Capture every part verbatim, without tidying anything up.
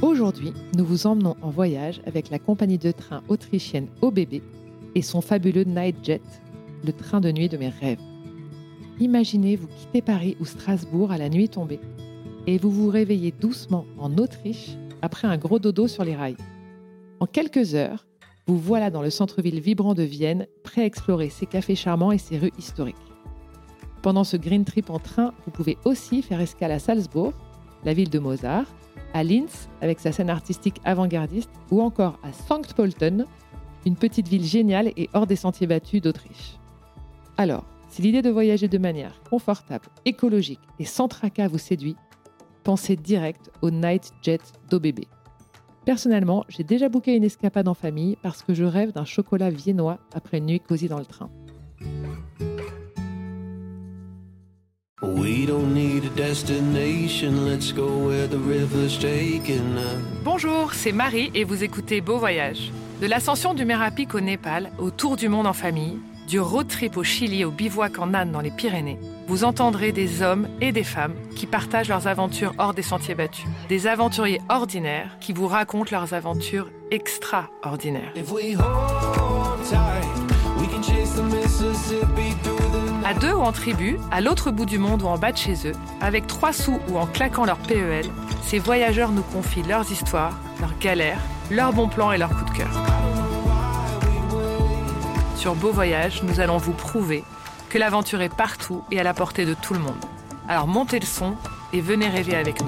Aujourd'hui, nous vous emmenons en voyage avec la compagnie de train autrichienne O B B et son fabuleux Nightjet, le train de nuit de mes rêves. Imaginez vous quitter Paris ou Strasbourg à la nuit tombée et vous vous réveillez doucement en Autriche après un gros dodo sur les rails. En quelques heures, vous voilà dans le centre-ville vibrant de Vienne, prêt à explorer ses cafés charmants et ses rues historiques. Pendant ce green trip en train, vous pouvez aussi faire escale à Salzbourg, la ville de Mozart, à Linz avec sa scène artistique avant-gardiste ou encore à Sankt Pölten, une petite ville géniale et hors des sentiers battus d'Autriche. Alors, si l'idée de voyager de manière confortable, écologique et sans tracas vous séduit, pensez direct au Nightjet d'O B B. Personnellement, j'ai déjà booké une escapade en famille parce que je rêve d'un chocolat viennois après une nuit cosy dans le train. We don't need a destination, let's go where the river's taking us. Bonjour, c'est Marie et vous écoutez Beau Voyage. De l'ascension du Merapic au Népal, au tour du monde en famille, du road trip au Chili au bivouac en âne dans les Pyrénées, vous entendrez des hommes et des femmes qui partagent leurs aventures hors des sentiers battus. Des aventuriers ordinaires qui vous racontent leurs aventures extraordinaires. If we hold tight, we can chase the Mississippi through the night. À deux ou en tribu, à l'autre bout du monde ou en bas de chez eux, avec trois sous ou en claquant leur P E L, ces voyageurs nous confient leurs histoires, leurs galères, leurs bons plans et leurs coups de cœur. Sur Beau Voyage, nous allons vous prouver que l'aventure est partout et à la portée de tout le monde. Alors montez le son et venez rêver avec nous.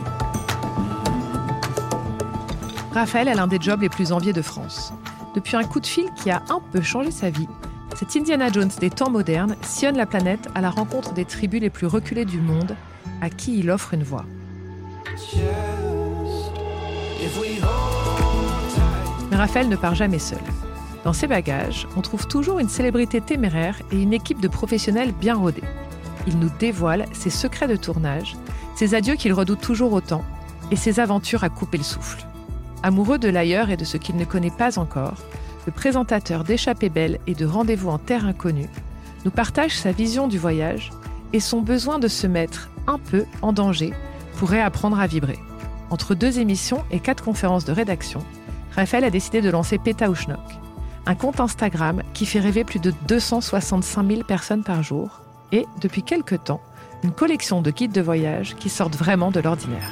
Raphaël a l'un des jobs les plus enviés de France. Depuis un coup de fil qui a un peu changé sa vie, cet Indiana Jones des temps modernes sillonne la planète à la rencontre des tribus les plus reculées du monde, à qui il offre une voix. Mais Raphaël ne part jamais seul. Dans ses bagages, on trouve toujours une célébrité téméraire et une équipe de professionnels bien rodés. Il nous dévoile ses secrets de tournage, ses adieux qu'il redoute toujours autant et ses aventures à couper le souffle. Amoureux de l'ailleurs et de ce qu'il ne connaît pas encore, le présentateur d'Échappée Belle et de Rendez-vous en terre inconnue nous partage sa vision du voyage et son besoin de se mettre un peu en danger pour réapprendre à vibrer. Entre deux émissions et quatre conférences de rédaction, Raphaël a décidé de lancer Péta ou Schnock, un compte Instagram qui fait rêver plus de deux cent soixante-cinq mille personnes par jour et, depuis quelques temps, une collection de guides de voyage qui sortent vraiment de l'ordinaire.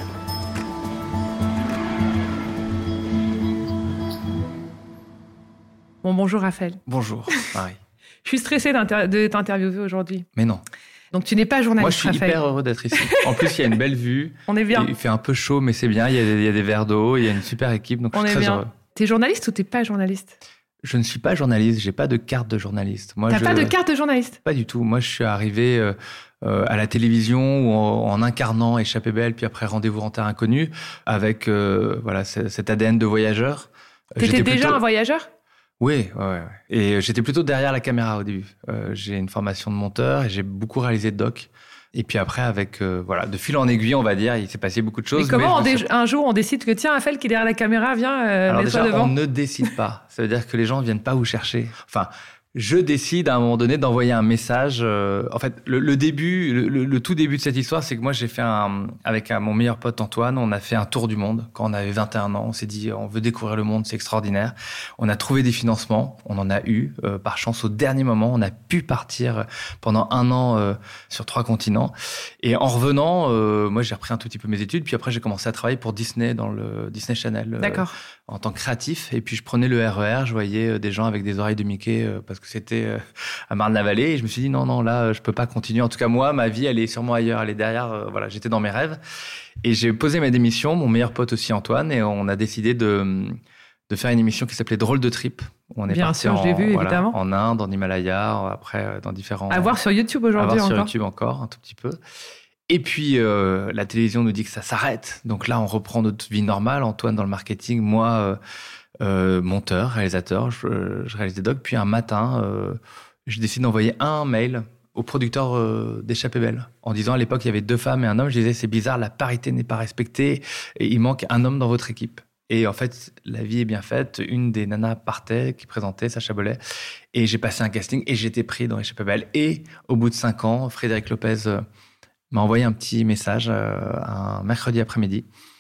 Bon, bonjour Raphaël. Bonjour, Marie. Je suis stressée d'inter- de t'interviewer aujourd'hui. Mais non. Donc tu n'es pas journaliste, Moi, je suis Raphaël. hyper heureux d'être ici. En plus, il y a une belle vue. On est bien. Il fait un peu chaud, mais c'est bien. Il y a des, il y a des verres d'eau, il y a une super équipe, donc On je suis est très bien. heureux. T'es journaliste ou t'es pas journaliste ? Je ne suis pas journaliste, j'ai pas de carte de journaliste. Moi, T'as je... pas de carte de journaliste ? Pas du tout. Moi, je suis arrivé euh, euh, à la télévision ou en, en incarnant Échappée Belle, puis après Rendez-vous en terre inconnue, avec euh, voilà c- cet A D N de voyageur. T'étais J'étais déjà plutôt... un voyageur ? Oui, ouais, ouais. Et j'étais plutôt derrière la caméra au début. Euh, j'ai une formation de monteur et j'ai beaucoup réalisé de doc. Et puis après, avec euh, voilà, de fil en aiguille, on va dire, il s'est passé beaucoup de choses. Mais comment mais on je me dé- un jour on décide que tiens, Raphaël qui est derrière la caméra, viens, euh, Alors mets-toi déjà, devant. on ne décide pas. Ça veut dire que les gens ne viennent pas vous chercher. Enfin, je décide à un moment donné d'envoyer un message. Euh, en fait, le, le début, le, le, le tout début de cette histoire, c'est que moi, j'ai fait un, avec un, mon meilleur pote Antoine, on a fait un tour du monde quand on avait vingt et un ans. On s'est dit, on veut découvrir le monde, c'est extraordinaire. On a trouvé des financements, on en a eu. Euh, par chance, au dernier moment, on a pu partir pendant un an euh, sur trois continents. Et en revenant, euh, moi, j'ai repris un tout petit peu mes études. Puis après, j'ai commencé à travailler pour Disney dans le Disney Channel. Euh, D'accord. En tant que créatif, et puis je prenais le R E R, je voyais des gens avec des oreilles de Mickey euh, parce que c'était euh, à Marne-la-Vallée, et je me suis dit non, non, là, je peux pas continuer. En tout cas, moi, ma vie, elle est sûrement ailleurs, elle est derrière. Euh, voilà, j'étais dans mes rêves. Et j'ai posé ma démission, mon meilleur pote aussi, Antoine, et on a décidé de, de faire une émission qui s'appelait Drôle de trip. Où on est Bien parti sûr, en, je l'ai vu, voilà, évidemment. en Inde, en Himalaya, après dans différents... À voir sur YouTube à aujourd'hui voir sur encore. YouTube encore, un tout petit peu. Et puis, euh, la télévision nous dit que ça s'arrête. Donc là, on reprend notre vie normale. Antoine dans le marketing, moi, euh, euh, monteur, réalisateur, je, je réalise des docs. Puis un matin, euh, je décide d'envoyer un mail au producteur euh, d'Échappée Belle en disant, à l'époque, il y avait deux femmes et un homme. Je disais, c'est bizarre, la parité n'est pas respectée et il manque un homme dans votre équipe. Et en fait, la vie est bien faite. Une des nanas partait, qui présentait, Sacha Bollet. Et j'ai passé un casting et j'étais pris dans Échappée Belle. Et au bout de cinq ans, Frédéric Lopez... Euh, m'a envoyé un petit message euh, un mercredi après-midi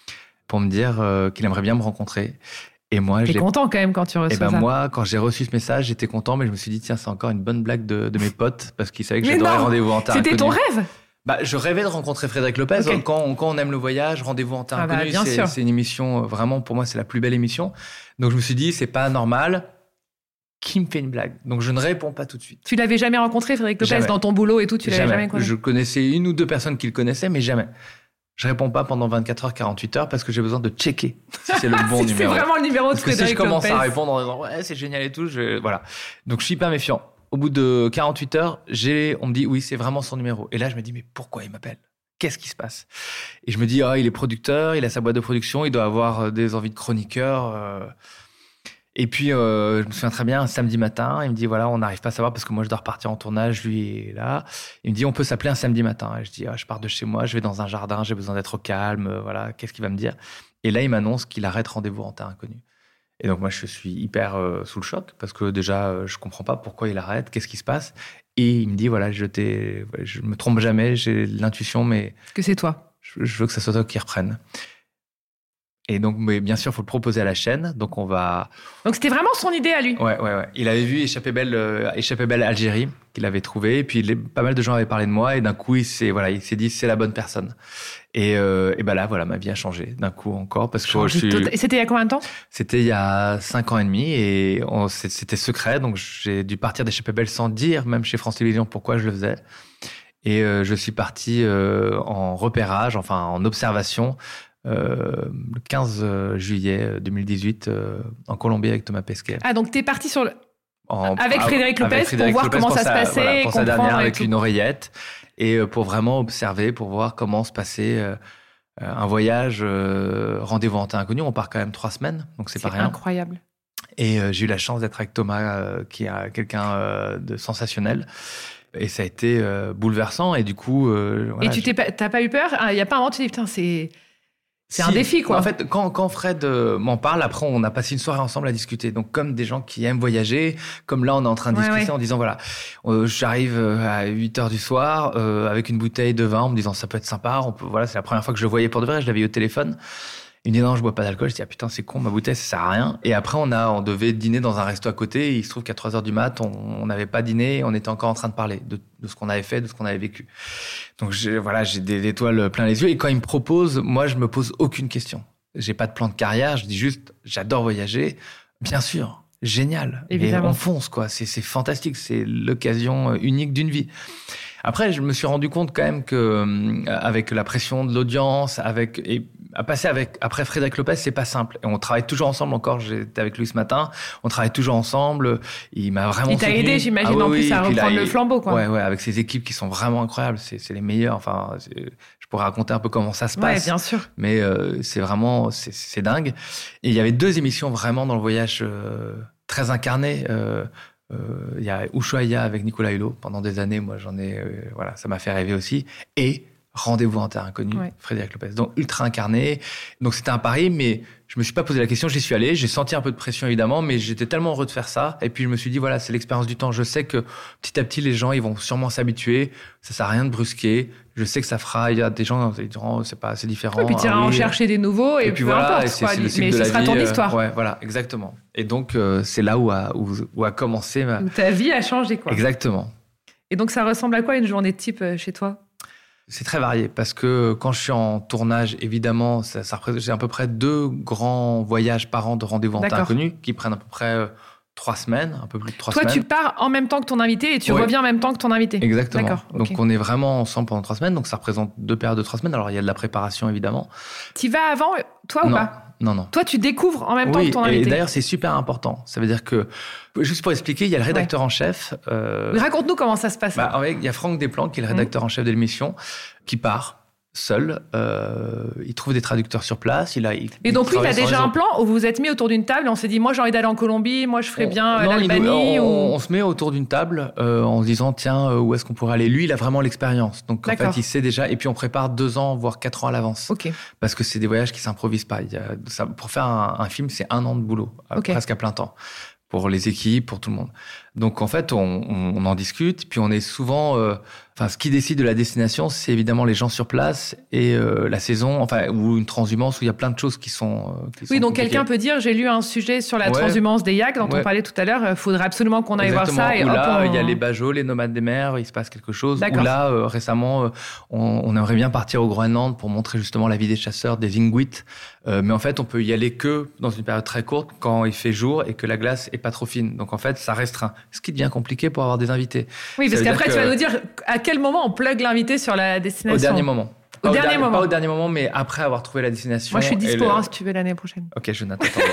pour me dire euh, qu'il aimerait bien me rencontrer. Et moi, T'es je content quand même quand tu reçois et ben ça. moi, quand j'ai reçu ce message, j'étais content, mais je me suis dit, tiens, c'est encore une bonne blague de, de mes potes, parce qu'ils savaient que Mais j'adorais non, Rendez-vous en terre C'était ton inconnue. rêve. Bah, je rêvais de rencontrer Frédéric Lopez. Ok. Quand, on, quand on aime le voyage, Rendez-vous en terre Ah bah, inconnue, bien c'est, sûr. c'est une émission, euh, vraiment, pour moi, c'est la plus belle émission. Donc je me suis dit, c'est pas normal. Qui me fait une blague? Donc je ne réponds pas tout de suite. Tu l'avais jamais rencontré, Frédéric Lopez, Jamais. dans ton boulot et tout, tu l'avais jamais, connu. Je connaissais une ou deux personnes qui le connaissaient, mais jamais. Je réponds pas pendant vingt-quatre heures, quarante-huit heures, parce que j'ai besoin de checker si c'est le bon Si numéro. c'est vraiment le numéro de Parce que si Frédéric je commence Lopez. à répondre en disant ouais, c'est génial et tout, je, voilà. Donc je suis hyper méfiant. Au bout de quarante-huit heures, j'ai, on me dit oui, c'est vraiment son numéro. Et là, je me dis mais pourquoi il m'appelle? Qu'est-ce qui se passe? Et je me dis ah, il est producteur, il a sa boîte de production, il doit avoir des envies de chroniqueur. Euh... Et puis euh, je me souviens très bien, un samedi matin, il me dit voilà, on n'arrive pas à savoir parce que moi je dois repartir en tournage, lui est là. Il me dit on peut s'appeler un samedi matin. Et je dis ah, je pars de chez moi, je vais dans un jardin, j'ai besoin d'être au calme, euh, voilà, qu'est-ce qu'il va me dire? Et là, il m'annonce qu'il arrête Rendez-vous en terre inconnue. Et donc moi, je suis hyper euh, sous le choc parce que déjà, euh, je comprends pas pourquoi il arrête, qu'est-ce qui se passe. Et il me dit voilà, je t'ai, je me trompe jamais, j'ai l'intuition, mais Que c'est toi. je, je veux que ça soit toi qui reprenne. Et donc, mais bien sûr, il faut le proposer à la chaîne. Donc on va. Donc c'était vraiment son idée à lui. Ouais, ouais, ouais. Il avait vu Échappée belle, euh, Échappée belle Algérie qu'il avait trouvé. Et puis les, pas mal de gens avaient parlé de moi. Et d'un coup, il s'est, voilà, il s'est dit c'est la bonne personne. Et, euh, et ben là, voilà, ma vie a changé d'un coup encore parce que je suis. Et c'était il y a combien de temps? C'était il y a cinq ans et demi et on, c'était secret. Donc j'ai dû partir d'Échappée belle sans dire, même chez France Télévisions, pourquoi je le faisais. Et euh, je suis parti euh, en repérage, enfin en observation. Euh, le quinze juillet deux mille dix-huit euh, en Colombie avec Thomas Pesquet. Ah, donc t'es parti sur le... En, avec Frédéric Lopez avec Frédéric pour voir Lopez comment pour ça sa, se passait, voilà, pour sa comprendre dernière et avec tout. une oreillette et euh, pour vraiment observer, pour voir comment se passait euh, un voyage euh, Rendez-vous en terre inconnue. On part quand même trois semaines, donc c'est, C'est pas rien. incroyable. Et euh, j'ai eu la chance d'être avec Thomas, euh, qui est quelqu'un euh, de sensationnel. Et ça a été euh, bouleversant. Et du coup, euh, voilà, et tu t'es pas, t'as pas eu peur? Il y a pas un moment où tu t'es dit putain, c'est c'est un Si. défi quoi. En fait, quand, quand Fred euh, m'en parle, après, on a passé une soirée ensemble à discuter. Donc, comme des gens qui aiment voyager, comme là, on est en train de Ouais, discuter ouais. en disant, voilà, euh, j'arrive euh, à huit heures du soir euh, avec une bouteille de vin en me disant, ça peut être sympa. On peut, voilà, c'est la première fois que je le voyais pour de vrai. Je l'avais eu au téléphone. Il me dit, non, je bois pas d'alcool. Je dis, ah putain, c'est con, ma bouteille, ça sert à rien. Et après, on a, on devait dîner dans un resto à côté. Et il se trouve qu'à trois heures du mat, on n'avait pas dîné. On était encore en train de parler de, de ce qu'on avait fait, de ce qu'on avait vécu. Donc, j'ai, voilà, j'ai des étoiles plein les yeux. Et quand il me propose, moi, je me pose aucune question. J'ai pas de plan de carrière. Je dis juste, j'adore voyager. Bien sûr. Génial. Évidemment. Et on fonce, quoi. C'est, c'est fantastique. C'est l'occasion unique d'une vie. Après, je me suis rendu compte quand même que, euh, avec la pression de l'audience, avec, et à passer avec, après Frédéric Lopez, c'est pas simple. Et on travaille toujours ensemble encore. J'étais avec lui ce matin. On travaille toujours ensemble. Il m'a vraiment Il t'a soutenu. aidé, j'imagine, Ah oui, en plus, oui. à Et puis là, reprendre le il- flambeau, quoi. Ouais, ouais, avec ses équipes qui sont vraiment incroyables. C'est, c'est les meilleurs. Enfin, c'est- je pourrais raconter un peu comment ça se Ouais, passe. bien sûr. Mais euh, c'est vraiment, c'est, c'est dingue. Et il y avait deux émissions vraiment dans le voyage euh, très incarnées. Euh, euh, il y a Ushuaïa avec Nicolas Hulot. Pendant des années, moi, j'en ai, euh, voilà, ça m'a fait rêver aussi. Et Rendez-vous en terre inconnue, Ouais. Frédéric Lopez. Donc ultra incarné. Donc c'était un pari, mais je me suis pas posé la question. J'y suis allé. J'ai senti un peu de pression évidemment, mais j'étais tellement heureux de faire ça. Et puis je me suis dit voilà, c'est l'expérience du temps. Je sais que petit à petit les gens ils vont sûrement s'habituer. Ça sert à rien de brusquer. Je sais que ça fera. Il y a des gens ils diront c'est pas assez différent. Et puis tu iras Ah en oui. cher des nouveaux et, Et puis peu voilà, importe et c'est, quoi. c'est le cycle Mais de ce la sera vie, ton euh, histoire. ouais, voilà, exactement. Et donc euh, c'est là où a, où, où a commencé ma. Où ta vie a changé quoi. Exactement. Et donc ça ressemble à quoi une journée de type euh, chez toi? C'est très varié parce que quand je suis en tournage, évidemment, ça, ça représente, j'ai à peu près deux grands voyages par an de Rendez-vous en terre D'accord. inconnue qui prennent à peu près euh, trois semaines, un peu plus de trois Toi, semaines. tu pars en même temps que ton invité et tu Ouais. reviens en même temps que ton invité. Exactement. D'accord. Donc ok. on est vraiment ensemble pendant trois semaines, donc ça représente deux périodes de trois semaines. Alors il y a de la préparation évidemment. Tu vas avant, toi ou non, pas? non, non. Toi, tu découvres en même temps Oui, que ton et invité. d'ailleurs c'est super important. Ça veut dire que, juste pour expliquer, il y a le rédacteur en chef. euh, Mais raconte-nous comment ça se passe. Bah, en fait, il y a Franck Desplanques, qui est le rédacteur en chef de l'émission, qui part seul. Euh, il trouve des traducteurs sur place. Il a, il, Et donc lui, il a travaille sur déjà les un autres. plan où vous vous êtes mis autour d'une table et on s'est dit, moi j'ai envie d'aller en Colombie, moi je ferais bien euh, Non, il nous- l'Albanie. on, ou... on se met autour d'une table euh, en se disant tiens, euh, où est-ce qu'on pourrait aller. Lui, il a vraiment l'expérience. Donc en D'accord. fait, il sait déjà. Et puis on prépare deux ans, voire quatre ans à l'avance. Ok. Parce que c'est des voyages qui s'improvisent pas. Il y a, ça, pour faire un, un film, c'est un an de boulot, à- Ok. presque à plein temps. Pour les équipes, pour tout le monde. Donc en fait, on, on, on en discute, puis on est souvent... euh, Enfin, ce qui décide de la destination, c'est évidemment les gens sur place et euh, la saison, enfin, ou une transhumance où il y a plein de choses qui sont. Euh, qui oui, sont donc compliquées. quelqu'un peut dire, j'ai lu un sujet sur la Ouais. transhumance des yaks dont Ouais. on parlait tout à l'heure. Il faudrait absolument qu'on aille Exactement. voir ça. Et Où hop, là, on... il y a les Bajots, les nomades des mers, il se passe quelque chose. D'accord. Ou là, euh, récemment, euh, on, on aimerait bien partir au Groenland pour montrer justement la vie des chasseurs, des Inuits. Euh, mais en fait, on peut y aller que dans une période très courte, quand il fait jour et que la glace est pas trop fine. Donc en fait, ça restreint. Ce qui devient compliqué pour avoir des invités. Oui, Ça parce veut qu'après, dire tu que- vas nous dire à quel moment on plug l'invité sur la destination. Au dernier moment. Au Pas dernier dernier- moment. Pas au dernier moment, mais après avoir trouvé la destination. Moi, je suis et dispo le- hein, si tu veux l'année prochaine. Ok, je n'attends pas.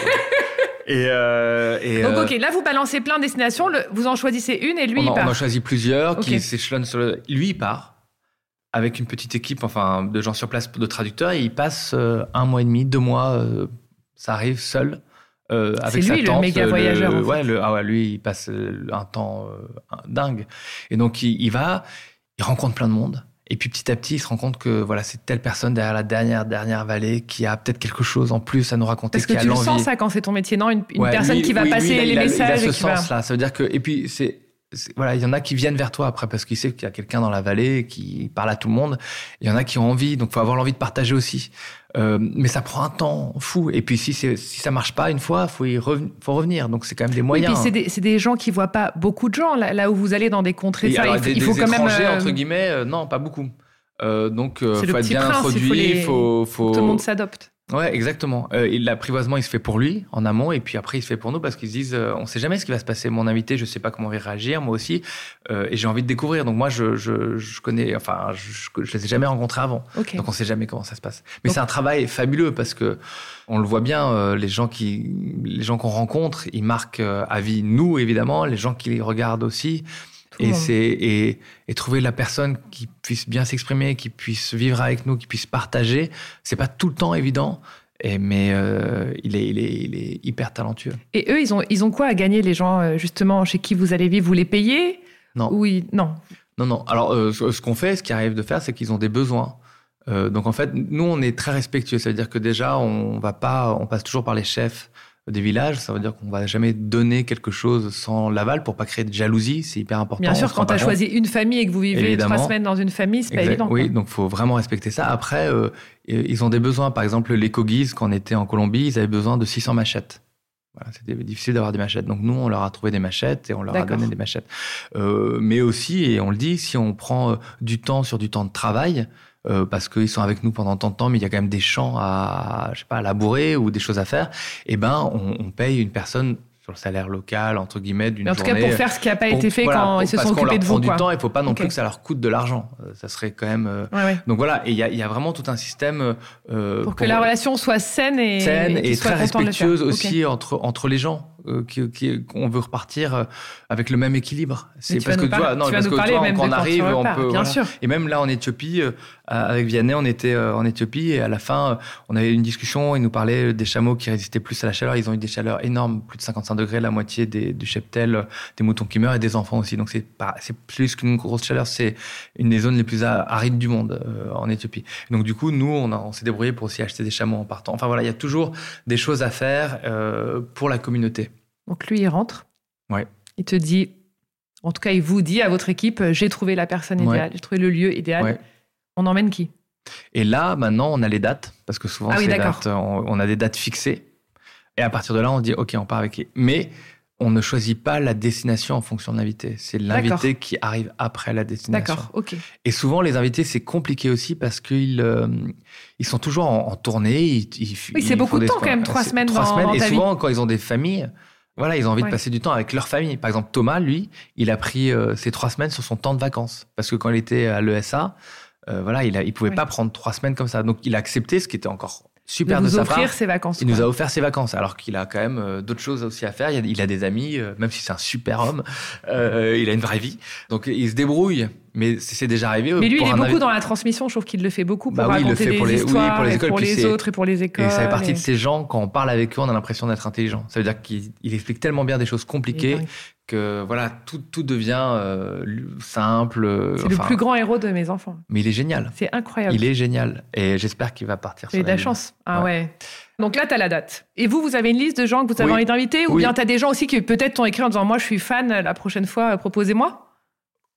et euh, et Donc, euh, ok, là, vous balancez plein de destinations. Le- Vous en choisissez une et lui, on, il en, part. on en choisit plusieurs Ok. qui s'échelonnent sur le... Lui, il part avec une petite équipe, enfin, de gens sur place, de traducteurs, et il passe euh, un mois et demi, deux mois, euh, ça arrive seul. Euh, avec C'est sa lui, le tante, méga le- voyageur, en fait. Ouais, le, ah ouais, lui, il passe euh, un temps euh, un- dingue. Et donc, il, il va, il rencontre plein de monde. Et puis, petit à petit, il se rend compte que voilà, c'est telle personne derrière la dernière, dernière vallée qui a peut-être quelque chose en plus à nous raconter, Parce que qui a tu le l'envie. sens, ça, quand c'est ton métier, non? Une, une Ouais, personne lui- qui va oui, passer lui, il a- les il a- messages. Il a et ce qui va- sens-là. Ça veut dire que, et puis, c'est, c'est- voilà, il y en a qui viennent vers toi après parce qu'ils savent qu'il y a quelqu'un dans la vallée qui parle à tout le monde. Il y en a qui ont envie, donc faut avoir l'envie de partager aussi. Euh, mais ça prend un temps fou. Et puis, si, c'est, si ça marche pas une fois, faut y reven- faut revenir. Donc, c'est quand même des Oui, moyens. puis c'est des, c'est des gens qui voient pas beaucoup de gens là, là où vous allez dans des contrées. Et Ça, alors, il faut, des, il faut des quand même. étrangers, euh, entre guillemets, euh, non, pas beaucoup. Euh, donc, euh, C'est le faut être petit bien prince, il faut introduit. les- Faut, faut... que tout le monde s'adopte. Ouais, exactement. Euh, et l'apprivoisement, il se fait pour lui, en amont, et puis après, il se fait pour nous, parce qu'ils se disent, euh, on sait jamais ce qui va se passer. Mon invité, je sais pas comment il va réagir, moi aussi, euh, et j'ai envie de découvrir. Donc moi, je, je, je connais, enfin, je, je les ai jamais rencontrés avant. Ok. Donc on sait jamais comment ça se passe. Mais Donc- c'est un travail fabuleux, parce que on le voit bien, euh, les gens qui, les gens qu'on rencontre, ils marquent euh, à vie nous, évidemment, les gens qui les regardent aussi. Tout le Et, monde. c'est, et, et trouver la personne qui puisse bien s'exprimer, qui puisse vivre avec nous, qui puisse partager, c'est pas tout le temps évident, et, mais euh, il, est, il, est, il est hyper talentueux. Et eux, ils ont, ils ont quoi à gagner, les gens, euh, justement, chez qui vous allez vivre? Vous les payez? Non, Ou ils- Non. non, non. Alors, euh, ce, ce qu'on fait, ce qui arrive de faire, c'est qu'ils ont des besoins. Euh, donc, en fait, nous, on est très respectueux. Ça veut dire que déjà, on va pas, on passe toujours par les chefs des villages. Ça veut dire qu'on va jamais donner quelque chose sans l'aval pour pas créer de jalousie. C'est hyper important. Bien On sûr, se rend quand tu as pas compte. choisi une famille et que vous vivez Évidemment. trois semaines dans une famille, c'est pas Exact. évident. Oui, quoi. donc faut vraiment respecter ça. Après, euh, ils ont des besoins. Par exemple, les Kogis, quand on était en Colombie, ils avaient besoin de six cents machettes. Voilà, c'était difficile d'avoir des machettes. Donc nous, on leur a trouvé des machettes et on leur a D'accord. donné des machettes. Euh, mais aussi, et on le dit, si on prend euh, du temps sur du temps de travail, euh, parce qu'ils sont avec nous pendant tant de temps, mais il y a quand même des champs à, je sais pas, à labourer ou des choses à faire, eh ben, on, on paye une personne sur le salaire local, entre guillemets, d'une Mais en tout journée. cas, pour faire ce qui n'a pas Pour- été fait voilà, quand pour- ils se parce sont qu'on occupés leur de prend vous. du quoi. temps, il faut pas non Ok. plus que ça leur coûte de l'argent. Euh, Ça serait quand même. euh, Ouais, ouais. Donc voilà, et il y a, il y a vraiment tout un système euh, Pour que la relation soit saine et, saine et qu'ils et soient très contents de le faire. respectueuse Ok. aussi entre entre les gens. Euh, qui, qui, qu'on veut repartir euh, avec le même équilibre. Mais C'est tu parce vas que nous tu vois, parler- non, tu vas parce nous que parler toi, même quand de on quand tu arrive, on repars, peut. bien Voilà. sûr. Et même là en Éthiopie, euh, avec Vianney, on était euh, en Éthiopie et à la fin, euh, on avait une discussion. Il nous parlait des chameaux qui résistaient plus à la chaleur. Ils ont eu des chaleurs énormes, plus de cinquante-cinq degrés, la moitié des, du cheptel, euh, des moutons qui meurent et des enfants aussi. Donc c'est pas, c'est plus qu'une grosse chaleur. C'est une des zones les plus a- arides du monde euh, en Éthiopie. Donc du coup, nous, on, a, on s'est débrouillé pour aussi acheter des chameaux en partant. Enfin voilà, il y a toujours des choses à faire euh, pour la communauté. Donc lui, il rentre. Ouais. Il te dit, en tout cas, il vous dit à votre équipe, euh, j'ai trouvé la personne Ouais. idéale, j'ai trouvé le lieu idéal. Ouais. On emmène qui? Et là, maintenant, on a les dates, parce que souvent, Ah oui, c'est d'accord. dates, on, on a des dates fixées. Et à partir de là, on dit, OK, on part avec qui. Mais on ne choisit pas la destination en fonction de l'invité. C'est l'invité D'accord. qui arrive après la destination. D'accord, ok. Et souvent, les invités, c'est compliqué aussi parce qu'ils euh, ils sont toujours en, en tournée. Ils, ils, Oui, c'est ils beaucoup font de des temps sports. quand même, trois C'est semaines trois dans- semaines. dans Et ta souvent, quand ils ont des familles, voilà, ils ont envie Ouais. de passer du temps avec leur famille. Par exemple, Thomas, lui, il a pris euh, ses trois semaines sur son temps de vacances. Parce que quand il était à l'E S A, euh, voilà, il ne il pouvait Ouais. pas prendre trois semaines comme ça. Donc, il a accepté, ce qui était encore super de de, vous sa offrir part. ses vacances. Il nous quoi. a offert ses vacances, alors qu'il a quand même euh, d'autres choses aussi à faire. Il a, il a des amis, euh, même si c'est un super homme, euh, il a une vraie vie. Donc il se débrouille, mais c'est, c'est déjà arrivé. Mais lui, pour il est un beaucoup invi- dans la transmission. Je trouve qu'il le fait beaucoup pour Bah oui, il le raconter fait des pour les- oui, histoires pour les et écoles, pour puis les c'est- autres et pour les écoles. Et ça fait partie et- de ces gens, quand on parle avec eux, on a l'impression d'être intelligent. Ça veut dire qu'il il explique tellement bien des choses Il est compliquées dingue. que voilà, tout, tout devient euh, simple. euh, C'est le enfin, plus grand héros de mes enfants. Mais il est génial. C'est incroyable. Il est génial. Et j'espère qu'il va partir J'ai sur de la la lune. chance. Ah Ouais. ouais. Donc là, tu as la date. Et vous, vous avez une liste de gens que vous avez Oui. envie d'inviter? Ou Oui. bien tu as des gens aussi qui peut-être t'ont écrit en disant, moi, je suis fan, la prochaine fois, euh, proposez-moi?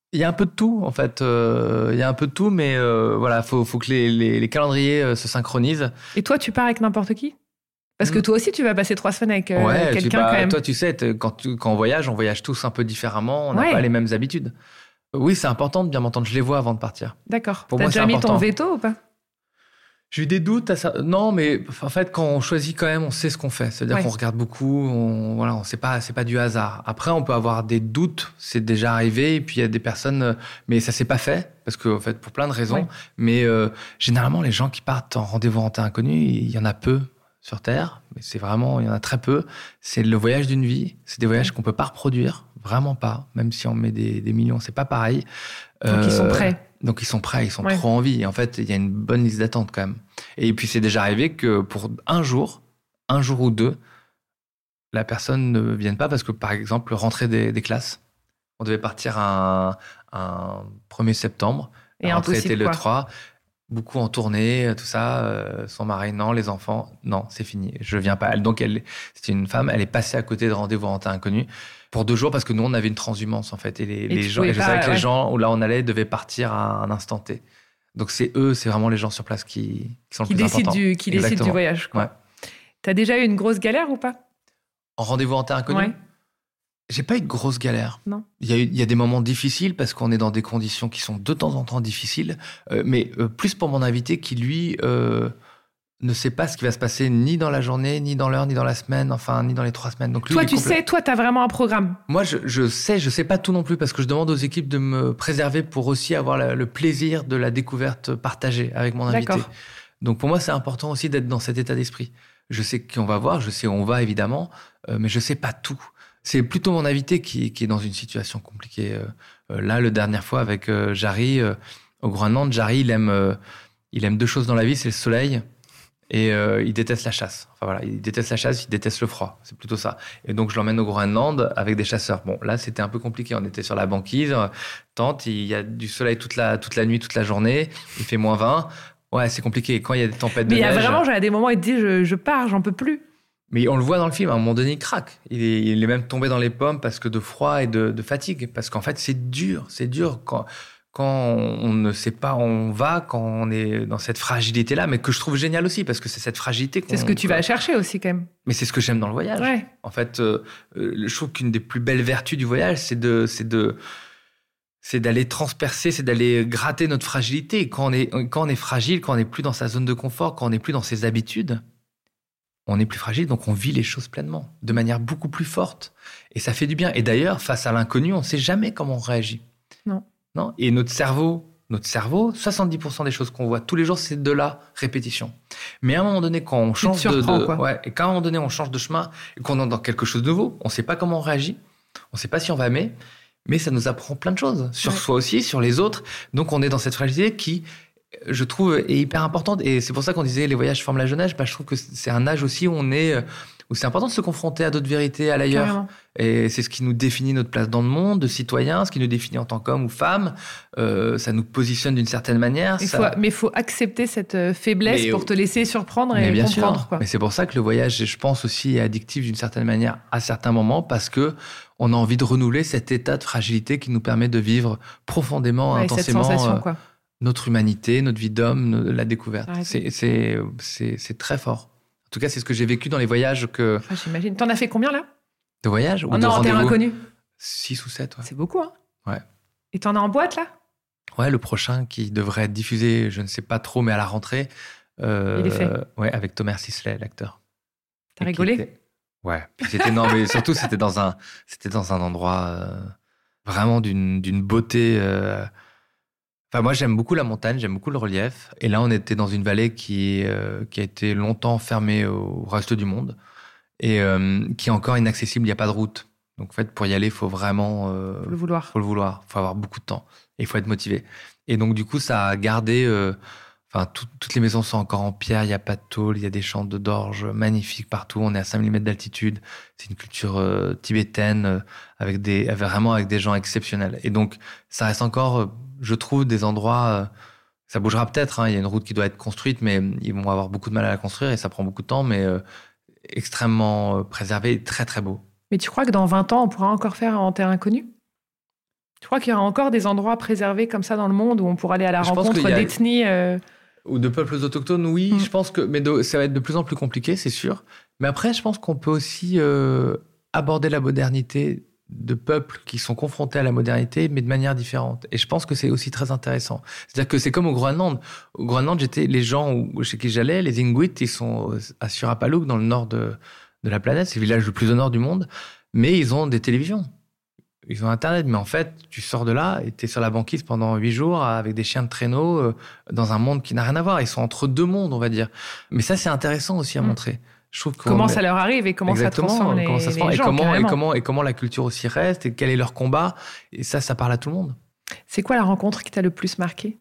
Il y a un peu de tout, en fait. Euh, il y a un peu de tout, mais euh, voilà, faut, faut que les, les, les calendriers euh, se synchronisent. Et toi, tu pars avec n'importe qui ? Parce que Mm. toi aussi, tu vas passer trois semaines avec euh, Ouais, tu, quelqu'un bah, quand même. toi, tu sais, t'es- quand, tu- quand on voyage, on voyage tous un peu différemment. On n'a Ouais. pas les mêmes habitudes. Oui, c'est important de bien m'entendre. Je les vois avant de partir. D'accord. Pour T'as moi, déjà c'est mis important. ton veto ou pas ? J'ai eu des doutes à ça. Non, mais en fait, quand on choisit quand même, on sait ce qu'on fait. C'est-à-dire Ouais. qu'on regarde beaucoup. On, voilà, on sait pas, c'est pas du hasard. Après, on peut avoir des doutes. C'est déjà arrivé. Et puis il y a des personnes, euh, mais ça s'est pas fait parce que en fait, pour plein de raisons. Ouais. Mais euh, généralement, les gens qui partent en rendez-vous en terre inconnue, il y en a peu sur Terre. Mais c'est vraiment, il y en a très peu. C'est le voyage d'une vie. C'est des voyages qu'on peut pas reproduire, vraiment pas. Même si on met des, des millions, c'est pas pareil. Donc, ils sont Euh, prêts. Donc ils sont prêts, ils sont Ouais. trop en vie. Et en fait, il y a une bonne liste d'attente quand même. Et puis c'est déjà arrivé que pour un jour, un jour ou deux, la personne ne vienne pas parce que, par exemple, rentrée des, des classes, on devait partir un, un premier septembre. Et La rentrée impossible, était le quoi. trois. Beaucoup en tournée, tout ça. Euh, son mari, non. Les enfants, non, c'est fini. Je viens pas. Elle, donc elle, c'était une femme. Elle est passée à côté de rendez-vous en terre inconnue pour deux jours parce que nous on avait une transhumance en fait. Et les, les tu gens, pouvais et je pas, savais que ouais. les gens où là on allait devaient partir à un instant T. Donc c'est eux, c'est vraiment les gens sur place qui, qui sont Qui le plus décident importants. du, qui décident du Exactement. voyage. Quoi. Ouais. T'as déjà eu une grosse galère ou pas ? En rendez-vous en terre inconnue, Ouais. j'ai pas eu de grosses galères. Non. Il y a eu, il y a des moments difficiles parce qu'on est dans des conditions qui sont de temps en temps difficiles, euh, mais euh, plus pour mon invité qui lui euh, ne sait pas ce qui va se passer ni dans la journée, ni dans l'heure, ni dans la semaine, enfin ni dans les trois semaines. Donc lui, Toi, il est tu complet- sais, toi, t'as vraiment un programme. Moi, je, je sais, je sais pas tout non plus parce que je demande aux équipes de me préserver pour aussi avoir la- le plaisir de la découverte partagée avec mon invité. D'accord. Donc pour moi, c'est important aussi d'être dans cet état d'esprit. Je sais qui on va voir, je sais où on va évidemment, euh, mais je sais pas tout. C'est plutôt mon invité qui, qui est dans une situation compliquée. Euh, euh, là, le dernière fois avec euh, Jarry euh, au Groenland, Jarry, il aime, euh, il aime deux choses dans la vie, c'est le soleil et euh, il déteste la chasse. Enfin voilà, il déteste la chasse, il déteste le froid. C'est plutôt ça. Et donc je l'emmène au Groenland avec des chasseurs. Bon, là c'était un peu compliqué. On était sur la banquise, euh, tente, il y a du soleil toute la toute la nuit, toute la journée. Il fait moins vingt. Ouais, c'est compliqué. Et quand il y a des tempêtes de Mais il y a neige, vraiment, genre, des moments où il te dit je, je pars, j'en peux plus. mais on le voit dans le film. À un moment donné, il craque. Il est, il est même tombé dans les pommes parce que de froid et de, de fatigue. Parce qu'en fait, c'est dur. C'est dur quand quand on ne sait pas où on va, quand on est dans cette fragilité-là, mais que je trouve génial aussi parce que c'est cette fragilité. C'est ce que tu vas chercher aussi, quand même. Mais c'est ce que j'aime dans le voyage. Ouais. En fait, euh, euh, je trouve qu'une des plus belles vertus du voyage, c'est de, c'est de, c'est d'aller transpercer, c'est d'aller gratter notre fragilité. Quand on est, quand on est fragile, quand on n'est plus dans sa zone de confort, quand on n'est plus dans ses habitudes, on est plus fragile, donc on vit les choses pleinement, de manière beaucoup plus forte. Et ça fait du bien. Et d'ailleurs, face à l'inconnu, on ne sait jamais comment on réagit. Non. Non. Et notre cerveau, notre cerveau, soixante-dix pour cent des choses qu'on voit tous les jours, c'est de la répétition. Mais à un moment donné, quand on te change de, surprends, de- quoi. ouais, et qu'à un moment donné, on change de chemin, et qu'on est dans quelque chose de nouveau, on ne sait pas comment on réagit, on ne sait pas si on va aimer, mais ça nous apprend plein de choses sur Ouais. soi aussi, sur les autres. Donc on est dans cette fragilité qui, je trouve, est hyper importante. Et c'est pour ça qu'on disait les voyages forment la jeune âge. Bah, je trouve que c'est un âge aussi où on est, euh, où c'est important de se confronter à d'autres vérités, à l'ailleurs. Carrément. Et c'est ce qui nous définit notre place dans le monde, de citoyen, ce qui nous définit en tant qu'homme ou femme. Euh, ça nous positionne d'une certaine manière. Il ça- faut, mais il faut accepter cette euh, faiblesse Mais, pour te laisser surprendre et Mais bien comprendre. sûr. Quoi. Mais c'est pour ça que le voyage, je pense aussi, est addictif d'une certaine manière à certains moments parce que on a envie de renouveler cet état de fragilité qui nous permet de vivre profondément, Ouais, cette intensément sensation, euh, quoi. notre humanité, notre vie d'homme, no- la découverte. Arrête. C'est, c'est, c'est, c'est très fort. En tout cas, c'est ce que j'ai vécu dans les voyages que Ah, j'imagine. T'en as fait combien, là? de voyage ou Oh de non, en terre rendez-vous. inconnue. Six ou sept. Ouais. C'est beaucoup, hein? Ouais. Et t'en as en boîte, là? Ouais, le prochain qui devrait être diffusé, je ne sais pas trop, mais à la rentrée. euh, Il est fait. Ouais, avec Thomas Sisley, l'acteur. T'as Et qui rigolé? était- Ouais. Puis c'était non, mais surtout c'était dans un, c'était dans un endroit euh, vraiment d'une d'une beauté. euh, Enfin, moi j'aime beaucoup la montagne, j'aime beaucoup le relief. Et là, on était dans une vallée qui euh, qui a été longtemps fermée au reste du monde et euh, qui est encore inaccessible. Il n'y a pas de route. Donc en fait, pour y aller, il faut vraiment euh, Faut le vouloir. faut le vouloir, faut avoir beaucoup de temps et il faut être motivé. Et donc du coup, ça a gardé. euh, Enfin, tout- toutes les maisons sont encore en pierre, il n'y a pas de tôle, il y a des champs de d'orge magnifiques partout. On est à cinq mille mètres d'altitude. C'est une culture euh, tibétaine euh, avec des, avec- vraiment avec des gens exceptionnels. Et donc, ça reste encore, euh, je trouve, des endroits. euh, ça bougera peut-être. Hein, il y a une route qui doit être construite, mais ils vont avoir beaucoup de mal à la construire et ça prend beaucoup de temps, mais euh, extrêmement euh, préservé et très très beau. Mais tu crois que dans vingt ans, on pourra encore faire en terre inconnue? Tu crois qu'il y aura encore des endroits préservés comme ça dans le monde où on pourra aller à la Je pense rencontre qu'il y a- d'ethnies euh, Ou de peuples autochtones, oui, Mm. je pense que... Mais de- ça va être de plus en plus compliqué, c'est sûr. Mais après, je pense qu'on peut aussi euh, aborder la modernité de peuples qui sont confrontés à la modernité, mais de manière différente. Et je pense que c'est aussi très intéressant. C'est-à-dire que c'est comme au Groenland. Au Groenland, j'étais, les gens où, chez qui j'allais, les Inuits, ils sont à Surapaluk, dans le nord de, de la planète. C'est le village le plus au nord du monde. Mais ils ont des télévisions. Ils ont Internet. Mais en fait, tu sors de là et tu es sur la banquise pendant huit jours avec des chiens de traîneau euh, dans un monde qui n'a rien à voir. Ils sont entre deux mondes, on va dire. Mais ça, c'est intéressant aussi à Mm. montrer. Je trouve qu'on comment est- ça leur arrive et comment Exactement, ça transforme les, comment ça se les passe, et gens, comment, et carrément. comment et comment et comment la culture aussi reste et quel est leur combat, et ça ça parle à tout le monde. C'est quoi la rencontre qui t'a le plus marqué?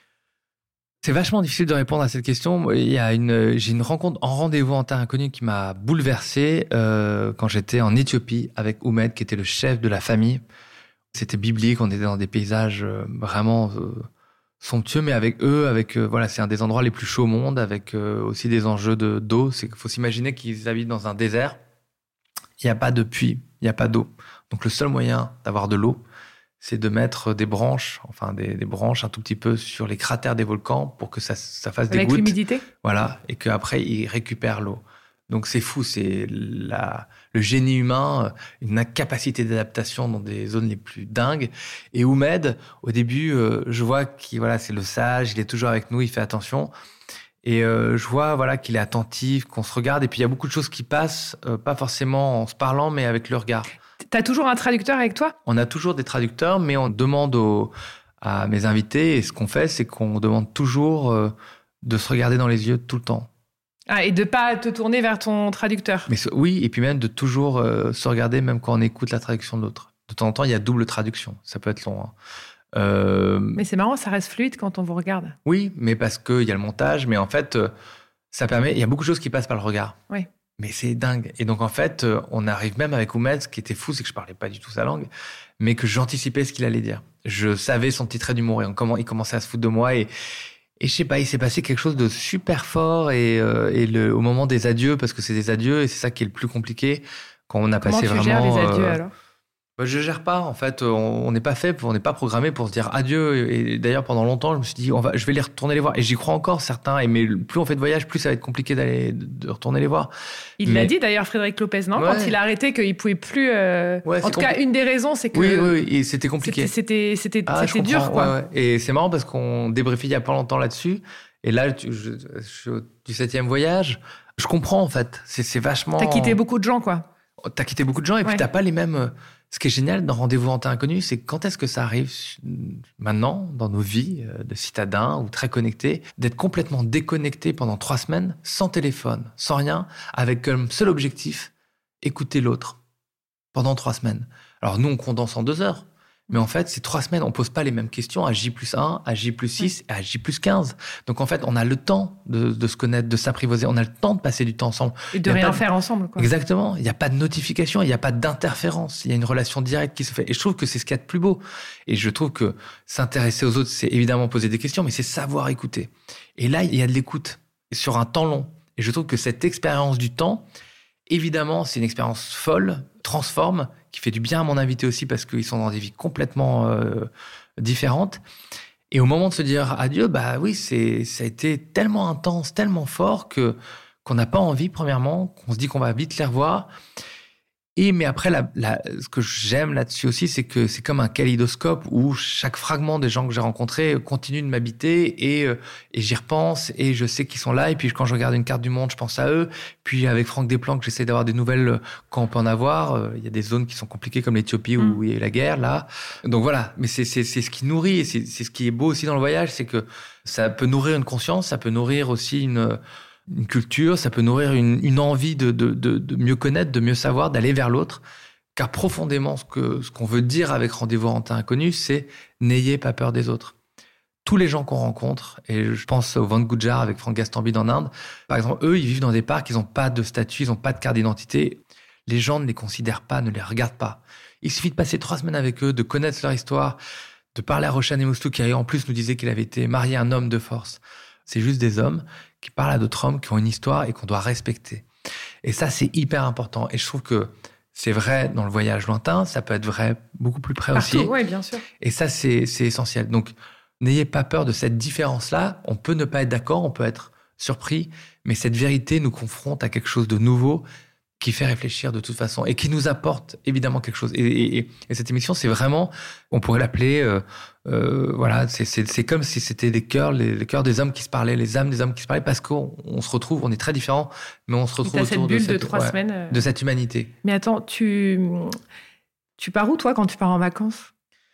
C'est vachement difficile de répondre à cette question. Il y a une j'ai une rencontre en rendez-vous en terre inconnue qui m'a bouleversé euh, quand j'étais en Éthiopie avec Oumed qui était le chef de la famille. C'était biblique, on était dans des paysages euh, vraiment euh, somptueux, mais avec eux, avec euh, voilà, c'est un des endroits les plus chauds au monde, avec euh, aussi des enjeux de d'eau. C'est qu'il faut s'imaginer qu'ils habitent dans un désert. Il n'y a pas de puits, il n'y a pas d'eau. Donc le seul moyen d'avoir de l'eau, c'est de mettre des branches, enfin des, des branches un tout petit peu sur les cratères des volcans pour que ça, ça fasse des Avec gouttes. l'humidité? Voilà, et qu'après, ils récupèrent l'eau. Donc c'est fou, c'est la, le génie humain, une capacité d'adaptation dans des zones les plus dingues. Et Oumed, au début, euh, je vois qu'il voilà, c'est le sage, il est toujours avec nous, il fait attention. Et euh, je vois voilà qu'il est attentif, qu'on se regarde. Et puis il y a beaucoup de choses qui passent, euh, pas forcément en se parlant, mais avec le regard. T'as toujours un traducteur avec toi? On a toujours des traducteurs, mais on demande aux, à mes invités, et ce qu'on fait, c'est qu'on demande toujours euh, de se regarder dans les yeux tout le temps. Ah, et de pas te tourner vers ton traducteur. Mais ce- oui, et puis même de toujours euh, se regarder, même quand on écoute la traduction de l'autre. De temps en temps, il y a double traduction. Ça peut être long. Hein. Euh, Mais c'est marrant, ça reste fluide quand on vous regarde. oui, mais parce qu'il y a le montage. Mais en fait, euh, ça permet. Il y a beaucoup de choses qui passent par le regard. Oui. Mais c'est dingue. Et donc, en fait, euh, on arrive même avec Oumed, ce qui était fou, c'est que je parlais pas du tout sa langue, mais que j'anticipais ce qu'il allait dire. Je savais son petit trait d'humour et on comm- il commençait à se foutre de moi. Et, et je sais pas, il s'est passé quelque chose de super fort. Et, euh, et le, au moment des adieux, parce que c'est des adieux, et c'est ça qui est le plus compliqué, quand on a Comment passé tu vraiment. gères les adieux euh, alors? Bah, je gère pas, en fait. On on n'est pas fait, pour- on n'est pas programmé pour se dire adieu. Et d'ailleurs, pendant longtemps, je me suis dit, on va, je vais les retourner les voir. Et j'y crois encore, certains. Et mais plus on fait de voyages, plus ça va être compliqué d'aller, de retourner les voir. Il l'a mais- dit d'ailleurs, Frédéric Lopez, non? Ouais. Quand il a arrêté, qu'il pouvait plus. euh, Ouais, en c'est tout cas, compli- une des raisons, c'est que Oui, oui, oui. Et c'était compliqué. c'était c'était c'était Ah, je c'était dur, comprends, quoi. ouais, ouais. Et c'est marrant parce qu'on débriefait il y a pas longtemps là-dessus. Et là, tu- je, je suis au dix-septième voyage. Je comprends, en fait. C'est, c'est vachement. T'as quitté beaucoup de gens, quoi. T'as quitté beaucoup de gens et puis Ouais. t'as pas les mêmes. euh, Ce qui est génial dans Rendez-vous en terre inconnue, c'est quand est-ce que ça arrive maintenant dans nos vies euh, de citadins ou très connectés, d'être complètement déconnectés pendant trois semaines, sans téléphone, sans rien, avec comme seul objectif écouter l'autre pendant trois semaines. Alors nous, on condense en deux heures. Mais en fait, ces trois semaines, on pose pas les mêmes questions à J plus un, à J plus six et à J plus quinze. Donc en fait, on a le temps de, de se connaître, de s'apprivoiser. On a le temps de passer du temps ensemble. Et de Y a rien pas de- faire ensemble, quoi. Exactement. Il n'y a pas de notification, il n'y a pas d'interférence. Il y a une relation directe qui se fait. Et je trouve que c'est ce qu'il y a de plus beau. Et je trouve que s'intéresser aux autres, c'est évidemment poser des questions, mais c'est savoir écouter. Et là, il y a de l'écoute sur un temps long. Et je trouve que cette expérience du temps, évidemment, c'est une expérience folle, transforme, qui fait du bien à mon invité aussi parce qu'ils sont dans des vies complètement euh, différentes. Et au moment de se dire adieu, bah oui, c'est, ça a été tellement intense, tellement fort que qu'on n'a pas envie, premièrement, qu'on se dit qu'on va vite les revoir. Et mais après, la, la, ce que j'aime là-dessus aussi, c'est que c'est comme un kaléidoscope où chaque fragment des gens que j'ai rencontrés continue de m'habiter et, euh, et j'y repense et je sais qu'ils sont là. Et puis quand je regarde une carte du monde, je pense à eux. Puis avec Franck Desplanques, j'essaie d'avoir des nouvelles quand on peut en avoir. Euh, Il y a des zones qui sont compliquées comme l'Éthiopie où Mm. il y a eu la guerre là. Donc voilà, mais c'est, c'est, c'est ce qui nourrit et c'est, c'est ce qui est beau aussi dans le voyage, c'est que ça peut nourrir une conscience, ça peut nourrir aussi une... une culture, ça peut nourrir une, une envie de, de, de, de mieux connaître, de mieux savoir, d'aller vers l'autre. Car profondément, ce, que, ce qu'on veut dire avec Rendez-vous en terre inconnue, c'est n'ayez pas peur des autres. Tous les gens qu'on rencontre, et je pense au Van Gujar avec Franck Gastambide en Inde, par exemple, eux, ils vivent dans des parcs, ils n'ont pas de statut, ils n'ont pas de carte d'identité. Les gens ne les considèrent pas, ne les regardent pas. Il suffit de passer trois semaines avec eux, de connaître leur histoire, de parler à Roshan Moustou, qui en plus nous disait qu'il avait été marié à un homme de force. C'est juste des hommes qui parlent à d'autres hommes qui ont une histoire et qu'on doit respecter. Et ça, c'est hyper important. Et je trouve que C'est vrai dans le voyage lointain, ça peut être vrai beaucoup plus près Partout, aussi. oui, bien sûr. Et ça, c'est, c'est essentiel. Donc, n'ayez pas peur de cette différence-là. On peut ne pas être d'accord, on peut être surpris, mais cette vérité nous confronte à quelque chose de nouveau qui fait réfléchir de toute façon et qui nous apporte évidemment quelque chose. Et, et, et cette émission, c'est vraiment, on pourrait l'appeler, euh, euh, voilà, c'est, c'est, c'est comme si c'était les cœurs, les, les cœurs des hommes qui se parlaient, les âmes des hommes qui se parlaient, parce qu'on on se retrouve, on est très différents, mais on se retrouve T'as autour cette bulle de, cette, de trois ouais, semaines. euh. de cette humanité. Mais attends, tu... tu pars où, toi, quand tu pars en vacances?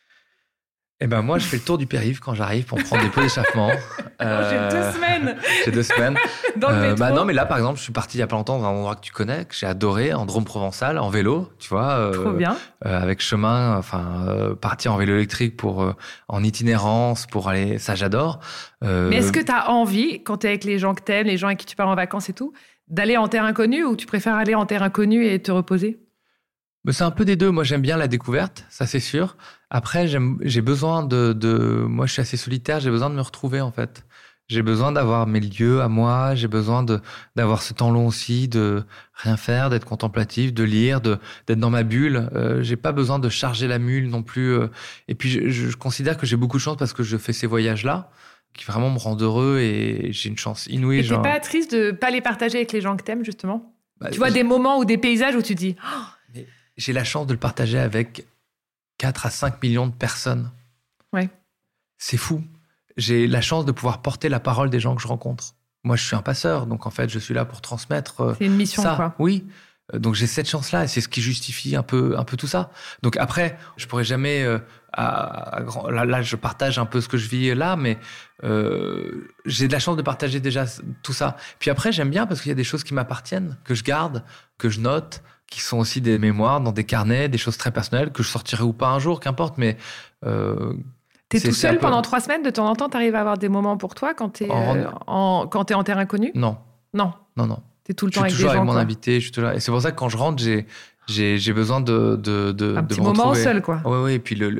Eh ben moi, je fais le tour du périph' quand j'arrive pour prendre des pots d'échauffement. Euh... J'ai deux semaines J'ai deux semaines. dans le Euh, métro. bah non, mais là, par exemple, je suis parti il y a pas longtemps dans un endroit que tu connais, que j'ai adoré, en Drôme provençal, en vélo, tu vois. Euh, Trop bien. Euh, avec chemin, enfin, euh, partir en vélo électrique pour euh, en itinérance, pour aller, ça j'adore. Euh, Mais est-ce que tu as envie, quand tu es avec les gens que tu aimes, les gens avec qui tu pars en vacances et tout, d'aller en terre inconnue ou tu préfères aller en terre inconnue et te reposer? Mais c'est un peu des deux. Moi, j'aime bien la découverte, ça c'est sûr. Après, j'aime, j'ai besoin de, de... Moi, je suis assez solitaire, j'ai besoin de me retrouver, en fait. J'ai besoin d'avoir mes lieux à moi, j'ai besoin de, d'avoir ce temps long aussi, de rien faire, d'être contemplatif, de lire, de, d'être dans ma bulle. Euh, j'ai pas besoin de charger la mule non plus. euh. Et puis, je, je considère que j'ai beaucoup de chance parce que je fais ces voyages-là, qui vraiment me rendent heureux et j'ai une chance inouïe. Et t'es genre... pas triste de pas les partager avec les gens que t'aimes, justement? Bah, Tu vois j'ai- des moments ou des paysages où tu te dis oh, J'ai la chance de le partager avec quatre à cinq millions de personnes. Ouais. C'est fou. J'ai la chance de pouvoir porter la parole des gens que je rencontre. Moi, je suis un passeur, donc en fait, je suis là pour transmettre euh, c'est une mission, ça. quoi. Oui. Euh, Donc j'ai cette chance-là et c'est ce qui justifie un peu, un peu tout ça. Donc après, je pourrais jamais... euh, à, à grand- là, là, je partage un peu ce que je vis là, mais euh, j'ai de la chance de partager déjà tout ça. Puis après, j'aime bien parce qu'il y a des choses qui m'appartiennent, que je garde, que je note, qui sont aussi des mémoires dans des carnets, des choses très personnelles que je sortirai ou pas un jour, qu'importe. Mais euh, T'es c'est- tout c'est un seul peu- pendant trois semaines, de temps en temps, t'arrives à avoir des moments pour toi quand t'es En- euh, en, quand t'es en terre inconnue? non, Non, non, non. t'es tout le Je temps suis avec toujours des avec gens, mon quoi. invité. Je suis toujours là. Et c'est pour ça que quand je rentre, j'ai, j'ai, j'ai besoin de, de, de, Un de petit me moment retrouver. seul, quoi. Ouais, ouais. Et puis le, le-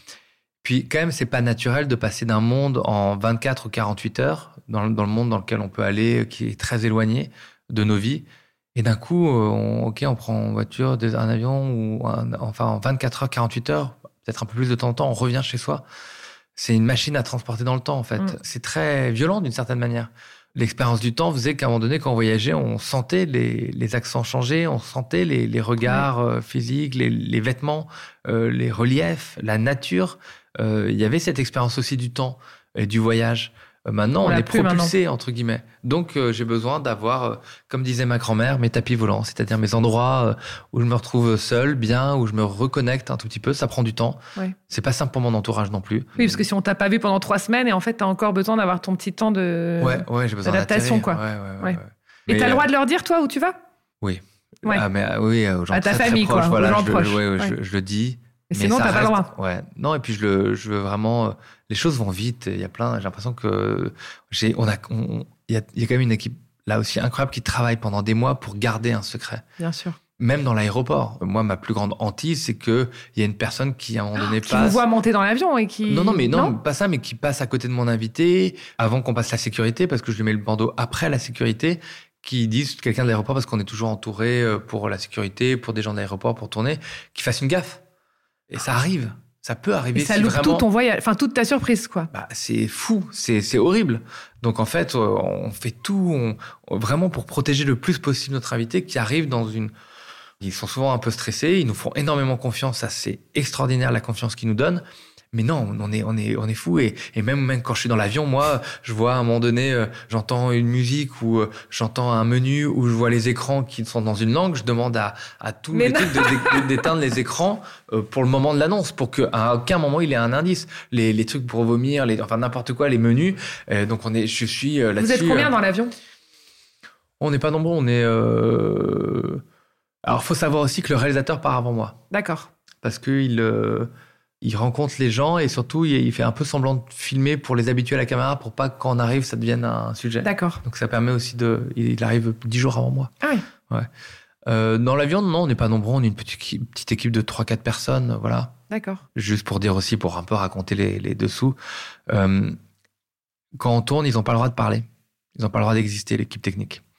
puis quand même, c'est pas naturel de passer d'un monde en vingt-quatre ou quarante-huit heures dans, le- dans le monde dans lequel on peut aller, qui est très éloigné de nos vies. Et d'un coup, euh, on, ok, on prend une voiture, des- un avion ou un- enfin en vingt-quatre heures, quarante-huit heures, peut-être un peu plus de temps en temps, on revient chez soi. C'est une machine à transporter dans le temps, en fait. Mm. C'est très violent d'une certaine manière. L'expérience du temps faisait qu'à un moment donné, quand on voyageait, on sentait les, les accents changer, on sentait les, les regards euh, physiques, les, les vêtements, euh, les reliefs, la nature. Euh, Il y avait cette expérience aussi du temps et du voyage. Euh, maintenant, On on, l'a est plus propulsé, entre guillemets. Donc, euh, j'ai besoin d'avoir, euh, comme disait ma grand-mère, mes tapis volants, c'est-à-dire mes endroits euh, où je me retrouve seul, bien, où je me reconnecte un tout petit peu. Ça prend du temps. Ouais. C'est pas simple pour mon entourage non plus. Oui, parce que si on t'a pas vu pendant trois semaines et en fait t'as encore besoin d'avoir ton petit temps de. Ouais, ouais, j'ai besoin d'adaptation, d'atterrir. quoi. Ouais, ouais, ouais, Ouais. ouais. Et Mais, t'as le euh, droit de leur dire, toi, où tu vas? Oui. Ouais. Ah, mais euh, oui, aux gens À ta très, très famille, proches, quoi, aux voilà, gens je, le- proches. ouais, ouais, Ouais. Je, je le dis. Mais mais sinon, ça t'as pas le reste- droit. Ouais. Non, et puis je le, je veux vraiment. euh, Les choses vont vite. Il y a plein. J'ai l'impression que j'ai, on a, on- il y a, il y a quand même une équipe là aussi incroyable qui travaille pendant des mois pour garder un secret. Bien sûr. Même dans l'aéroport. Moi, ma plus grande hantise, c'est que il y a une personne qui à un moment donné Qui passe. vous voit monter dans l'avion et qui. Non, non, mais non, pas ça, mais qui passe à côté de mon invité avant qu'on passe la sécurité, parce que je lui mets le bandeau après la sécurité, qui disent quelqu'un de l'aéroport, parce qu'on est toujours entouré euh, pour la sécurité, pour des gens de l'aéroport, pour tourner, qui fasse une gaffe. Et ça arrive. Ça peut arriver. Et ça si loupe vraiment... tout ton voyage, enfin toute ta surprise, quoi. Bah, c'est fou, c'est, c'est horrible. Donc en fait, euh, on fait tout on, on- vraiment pour protéger le plus possible notre invité qui arrive dans une... Ils sont souvent un peu stressés, ils nous font énormément confiance, ça c'est extraordinaire la confiance qu'ils nous donnent. Mais non, on est, on est, on est fou. Et, et même, même quand je suis dans l'avion, moi, je vois à un moment donné, euh, j'entends une musique ou euh, j'entends un menu où je vois les écrans qui sont dans une langue. Je demande à, à tous Mais les non. trucs de- de- d'éteindre les écrans euh, pour le moment de l'annonce, pour qu'à aucun moment il ait un indice. Les, les trucs pour vomir, les, enfin n'importe quoi, les menus. Euh, donc on est, je suis euh, là-dessus. Vous êtes combien euh, dans l'avion? On n'est pas nombreux, on est. Euh... Alors, faut savoir aussi que le réalisateur part avant moi D'accord. parce que il. euh, Il rencontre les gens et surtout, il il fait un peu semblant de filmer pour les habituer à la caméra pour pas que quand on arrive, ça devienne un sujet. D'accord. Donc ça permet aussi de... Il arrive dix jours avant moi. Ah oui. Euh, dans l'avion, non, on n'est pas nombreux. On est une petite, équipe- petite équipe de trois quatre personnes. Voilà. D'accord. Juste pour dire aussi, pour un peu raconter les, les dessous. Euh, quand on tourne, ils n'ont pas le droit de parler. Ils n'ont pas le droit d'exister, l'équipe technique.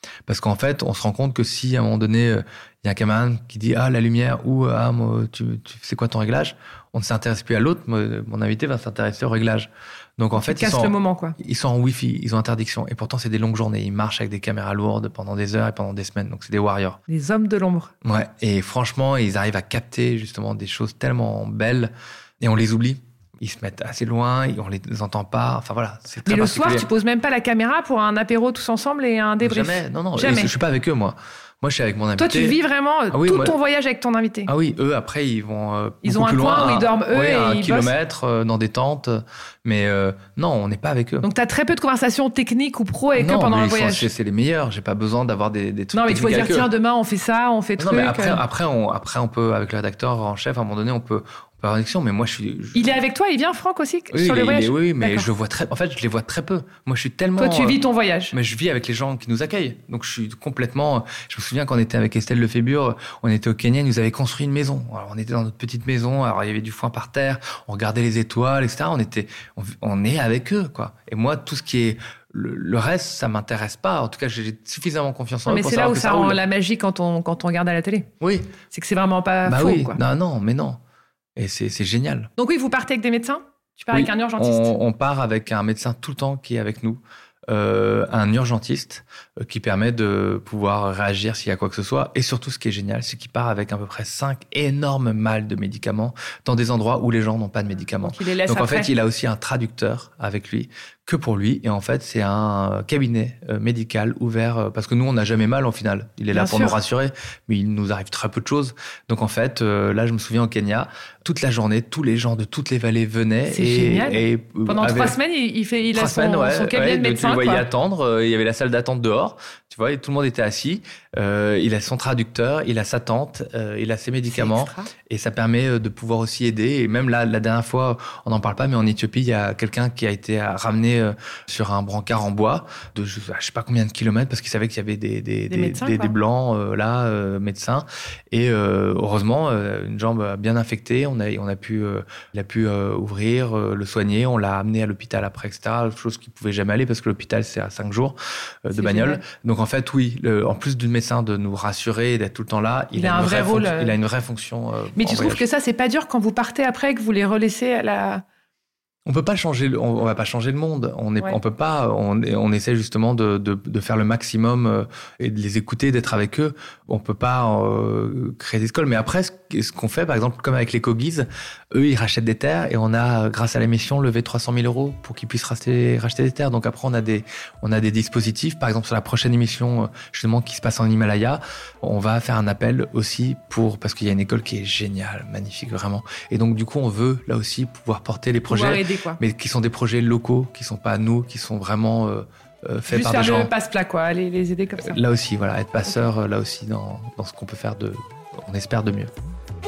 Parce qu'en fait, on se rend compte que si à un moment donné, il euh, y a un caméraman qui dit ah la lumière ou ah moi, tu, tu c'est quoi ton réglage, on ne s'intéresse plus à l'autre. Mon, mon invité va s'intéresser au réglage. Donc en fait, ils sont, le moment, quoi. ils sont en Wi-Fi, ils ont interdiction. Et pourtant, c'est des longues journées. Ils marchent avec des caméras lourdes pendant des heures et pendant des semaines. Donc c'est des warriors. Des hommes de l'ombre. Ouais. Et franchement, ils arrivent à capter justement des choses tellement belles et on les oublie. Ils se mettent assez loin, on les entend pas. Enfin voilà, c'est très Mais le particulier. soir, tu poses même pas la caméra pour un apéro tous ensemble et un débrief. Jamais. Non non. Jamais. Je suis pas avec eux moi. Moi, je suis avec mon invité. Toi, tu vis vraiment ah oui, tout moi... ton voyage avec ton invité. Ah oui, eux, après, ils vont euh, ils ont un plus coin loin, où ils dorment eux ouais, et un ils kilomètre euh, dans des tentes. Mais euh, non, on n'est pas avec eux. Donc, tu as très peu de conversations techniques ou pro avec non, eux pendant mais le voyage. Sont, c'est les meilleurs. J'ai pas besoin d'avoir des, des trucs. Non, mais il faut dire, tiens, demain, on fait ça, on fait non, truc. Mais après, euh... après, on, après, on peut, avec le rédacteur en chef, à un moment donné, on peut. Par connexion, mais moi je suis. Je... Il est avec toi, il vient Franck aussi oui, sur le est, voyage. Est, oui, mais D'accord. je le vois très. En fait, je les vois très peu. Moi, je suis tellement. Toi, tu vis ton voyage. Mais je vis avec les gens qui nous accueillent. Donc, je suis complètement. Je me souviens quand on était avec Estelle Lefébure, on était au Kenya, ils nous avaient construit une maison. Alors, on était dans notre petite maison. Alors, il y avait du foin par terre. On regardait les étoiles, et cetera. On était. On, on est avec eux, quoi. Et moi, tout ce qui est. Le, le reste, ça m'intéresse pas. En tout cas, j'ai suffisamment confiance en eux. Mais pour c'est là où ça ça rend la magie quand on quand on regarde à la télé. Oui. C'est que c'est vraiment pas bah faux, oui. quoi. Non, non, mais non. Et c'est, c'est génial. Donc oui, vous partez avec des médecins ? Tu pars oui, avec un urgentiste ? on, on part avec un médecin tout le temps qui est avec nous, euh, un urgentiste euh, qui permet de pouvoir réagir s'il y a quoi que ce soit. Et surtout, ce qui est génial, c'est qu'il part avec à peu près cinq énormes malles de médicaments dans des endroits où les gens n'ont pas de médicaments. Donc, il les laisse Donc en après. fait, il a aussi un traducteur avec lui que pour lui. Et en fait, c'est un cabinet euh, médical ouvert euh, parce que nous, on n'a jamais mal en final. Il est là Bien pour sûr. nous rassurer, mais il nous arrive très peu de choses. Donc en fait, euh, là, je me souviens au Kenya, toute la journée, tous les gens de toutes les vallées venaient. C'est et, génial. Et, Pendant avaient- trois semaines, il, il fait, il Trois a son, semaines, ouais, son cabinet ouais, de tu médecin. le voyais quoi. attendre, euh, il y avait la salle d'attente dehors, tu vois, et tout le monde était assis. Euh, il a son traducteur, il a sa tente, euh, il a ses médicaments, extra. et ça permet euh, de pouvoir aussi aider. Et même là, la dernière fois, on n'en parle pas, mais en Éthiopie, il y a quelqu'un qui a été ramené euh, sur un brancard en bois de je, je sais pas combien de kilomètres parce qu'il savait qu'il y avait des des, Des des, médecins, des, quoi. des blancs euh, là, euh, médecins. Et euh, heureusement, euh, une jambe bien infectée, on a on a pu, euh, il a pu euh, ouvrir, euh, le soigner, on l'a amené à l'hôpital après, et cetera. Chose qui pouvait jamais aller parce que l'hôpital c'est à cinq jours euh, de C'est bagnole. génial. Donc en fait, oui, le, en plus du médecin de nous rassurer et d'être tout le temps là, il, Il a une un vrai vraie rôle, fonc- euh. Il a une vraie fonction. euh, Mais en tu trouves voyage. que ça, c'est pas dur quand vous partez après, que vous les relaissez à la... On peut pas changer, le- on, on va pas changer le monde. On est, Ouais. on peut pas. On, on essaie justement de, de, de faire le maximum euh, et de les écouter, d'être avec eux. On peut pas euh, créer des écoles. Mais après, ce, ce qu'on fait, par exemple, comme avec les Coggies, eux, ils rachètent des terres et on a, grâce à l'émission, levé trois cent mille euros pour qu'ils puissent racheter, racheter des terres. Donc après, on a des, on a des dispositifs. Par exemple, sur la prochaine émission, euh, justement, qui se passe en Himalaya, on va faire un appel aussi pour, parce qu'il y a une école qui est géniale, magnifique, vraiment. Et donc, du coup, on veut, là aussi, pouvoir porter les pouvoir projets. aider, quoi. Mais qui sont des projets locaux, qui sont pas nous, qui sont vraiment euh, euh, faits Juste par faire des gens. le passe-plat, quoi, les, les aider comme ça. Là aussi, voilà, être passeur, euh, là aussi, dans, dans ce qu'on peut faire de, on espère de mieux.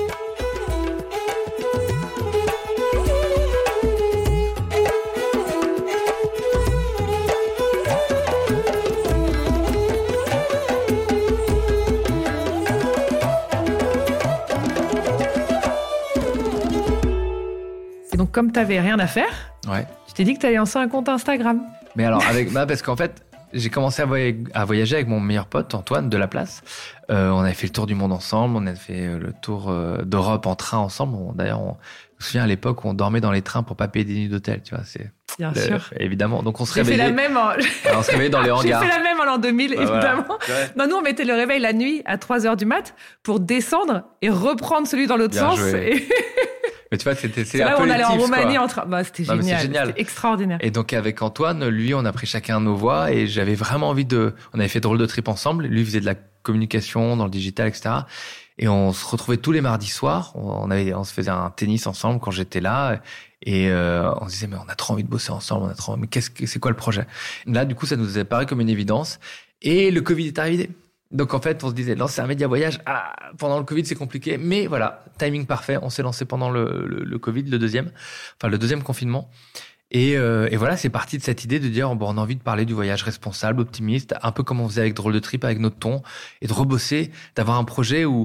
Et donc, comme t'avais rien à faire, Ouais. tu t'es dit que t'allais lancer un compte Instagram. Mais alors, avec, bah, parce qu'en fait, j'ai commencé à voyager, à voyager avec mon meilleur pote, Antoine, de la place. Euh, on avait fait le tour du monde ensemble, on a fait euh, le tour euh, d'Europe en train ensemble. On- d'ailleurs, on, je me souviens à l'époque où on dormait dans les trains pour pas payer des nuits d'hôtel, tu vois, c'est, Bien le- sûr. évidemment. Donc on se J'ai fait réveillait, la même en... on se réveillait dans les J'ai hangars. fait la même en l'an deux mille, Bah, voilà. évidemment. Ouais. Non, nous, on mettait le réveil la nuit à trois heures du mat pour descendre et reprendre celui dans l'autre Bien sens. joué. Et Mais tu vois, c'était, c'est c'est un là où peu on les allait en tips, Roumanie quoi. en train. Bah, c'était Non, mais c'est génial. génial. C'était extraordinaire. Et donc avec Antoine, lui, on a pris chacun nos voies et j'avais vraiment envie de... On avait fait drôle de trip ensemble. Lui faisait de la communication dans le digital, et cetera. Et on se retrouvait tous les mardis soirs. On, avait, on se faisait un tennis ensemble quand j'étais là. Et euh, on se disait, mais on a trop envie de bosser ensemble. On a trop... Mais qu'est-ce que, c'est quoi le projet? Là, du coup, ça nous apparaît comme une évidence. Et le Covid est arrivé. Donc en fait, on se disait, lancer un média voyage, ah, pendant le Covid, c'est compliqué. Mais voilà, timing parfait. On s'est lancé pendant le, le, le Covid, le deuxième, enfin le deuxième confinement. Et, euh, et voilà, c'est parti de cette idée de dire, bon, on a envie de parler du voyage responsable, optimiste, un peu comme on faisait avec Drôle de Trip, avec notre ton, et de rebosser, d'avoir un projet où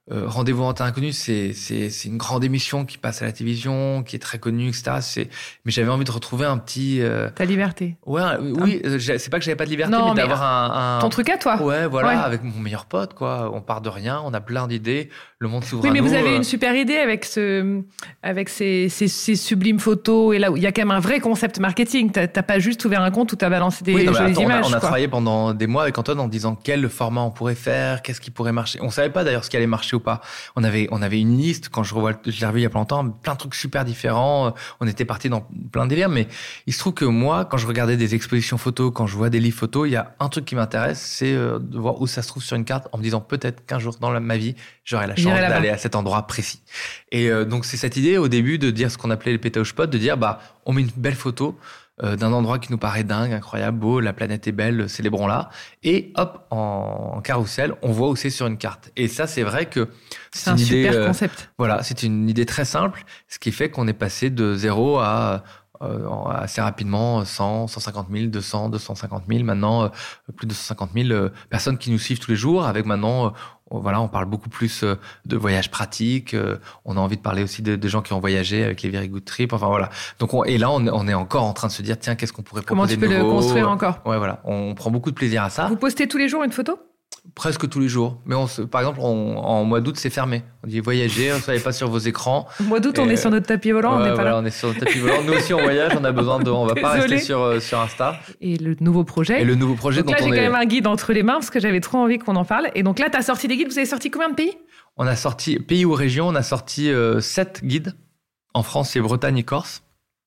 Euh, Rendez-vous en terre inconnue, c'est, c'est, c'est une grande émission qui passe à la télévision, qui est très connue, et cetera. C'est... Mais j'avais envie de retrouver un petit... Euh... Ta liberté. Ouais, oui, euh, c'est pas que j'avais pas de liberté, non, mais, mais d'avoir un, un... Ton truc à toi. Ouais, voilà, ouais. avec mon meilleur pote, quoi. On part de rien, on a plein d'idées, le monde s'ouvre oui, à nous. Oui, mais vous avez euh... une super idée avec, ce, avec ces, ces, ces sublimes photos, et là où il y a quand même un vrai concept marketing. T'as, t'as pas juste ouvert un compte où t'as balancé des oui, non, jolies attends, images. On a, on a quoi. travaillé pendant des mois avec Antoine en disant quel format on pourrait faire, qu'est-ce qui pourrait marcher. On savait pas d'ailleurs ce qui allait marcher ou pas. On avait On avait une liste, quand je revois, je l'ai revu il y a pas longtemps, plein de trucs super différents. On était partis dans plein de délires, mais il se trouve que moi, quand je regardais des expositions photos, quand je vois des livres photos, il y a un truc qui m'intéresse, c'est de voir où ça se trouve sur une carte en me disant peut-être qu'un jour dans ma vie, j'aurai la chance J'irai d'aller là-bas. à cet endroit précis. Et euh, donc, c'est cette idée au début de dire ce qu'on appelait les pétauge spots, de dire, bah, on met une belle photo euh, d'un endroit qui nous paraît dingue, incroyable, beau, la planète est belle, célébrons-la. Et hop, en, en carrousel, on voit où c'est sur une carte. Et ça, c'est vrai que c'est, c'est un une idée, super euh, concept. Voilà, c'est une idée très simple, ce qui fait qu'on est passé de zéro à euh, assez rapidement cent, cent cinquante mille, deux cents, deux cent cinquante mille, maintenant euh, plus de cent cinquante mille euh, personnes qui nous suivent tous les jours, avec maintenant... Euh, Voilà, on parle beaucoup plus de voyages pratiques. On a envie de parler aussi de, de gens qui ont voyagé avec les Very Good Trip. Enfin voilà. Donc on, et là, on, on est encore en train de se dire tiens, qu'est-ce qu'on pourrait proposer de nouveau ? Comment tu peux le construire encore ? Ouais, voilà. On, on prend beaucoup de plaisir à ça. Vous postez tous les jours une photo ? Presque tous les jours. Mais on se, par exemple, on, en mois d'août, c'est fermé. On dit voyager, ne soyez pas sur vos écrans. Au mois d'août, on est sur notre tapis volant, ouais, on n'est pas voilà, là. on est sur notre tapis volant. Nous aussi, on voyage, on a besoin de. On va pas rester sur, sur Insta. Et le nouveau projet. Et le nouveau projet donc dont là, on j'ai est... quand même un guide entre les mains parce que j'avais trop envie qu'on en parle. Et donc là, tu as sorti des guides. Vous avez sorti combien de pays ? On a sorti, pays ou région, on a sorti euh, sept guides. En France, c'est Bretagne et Corse.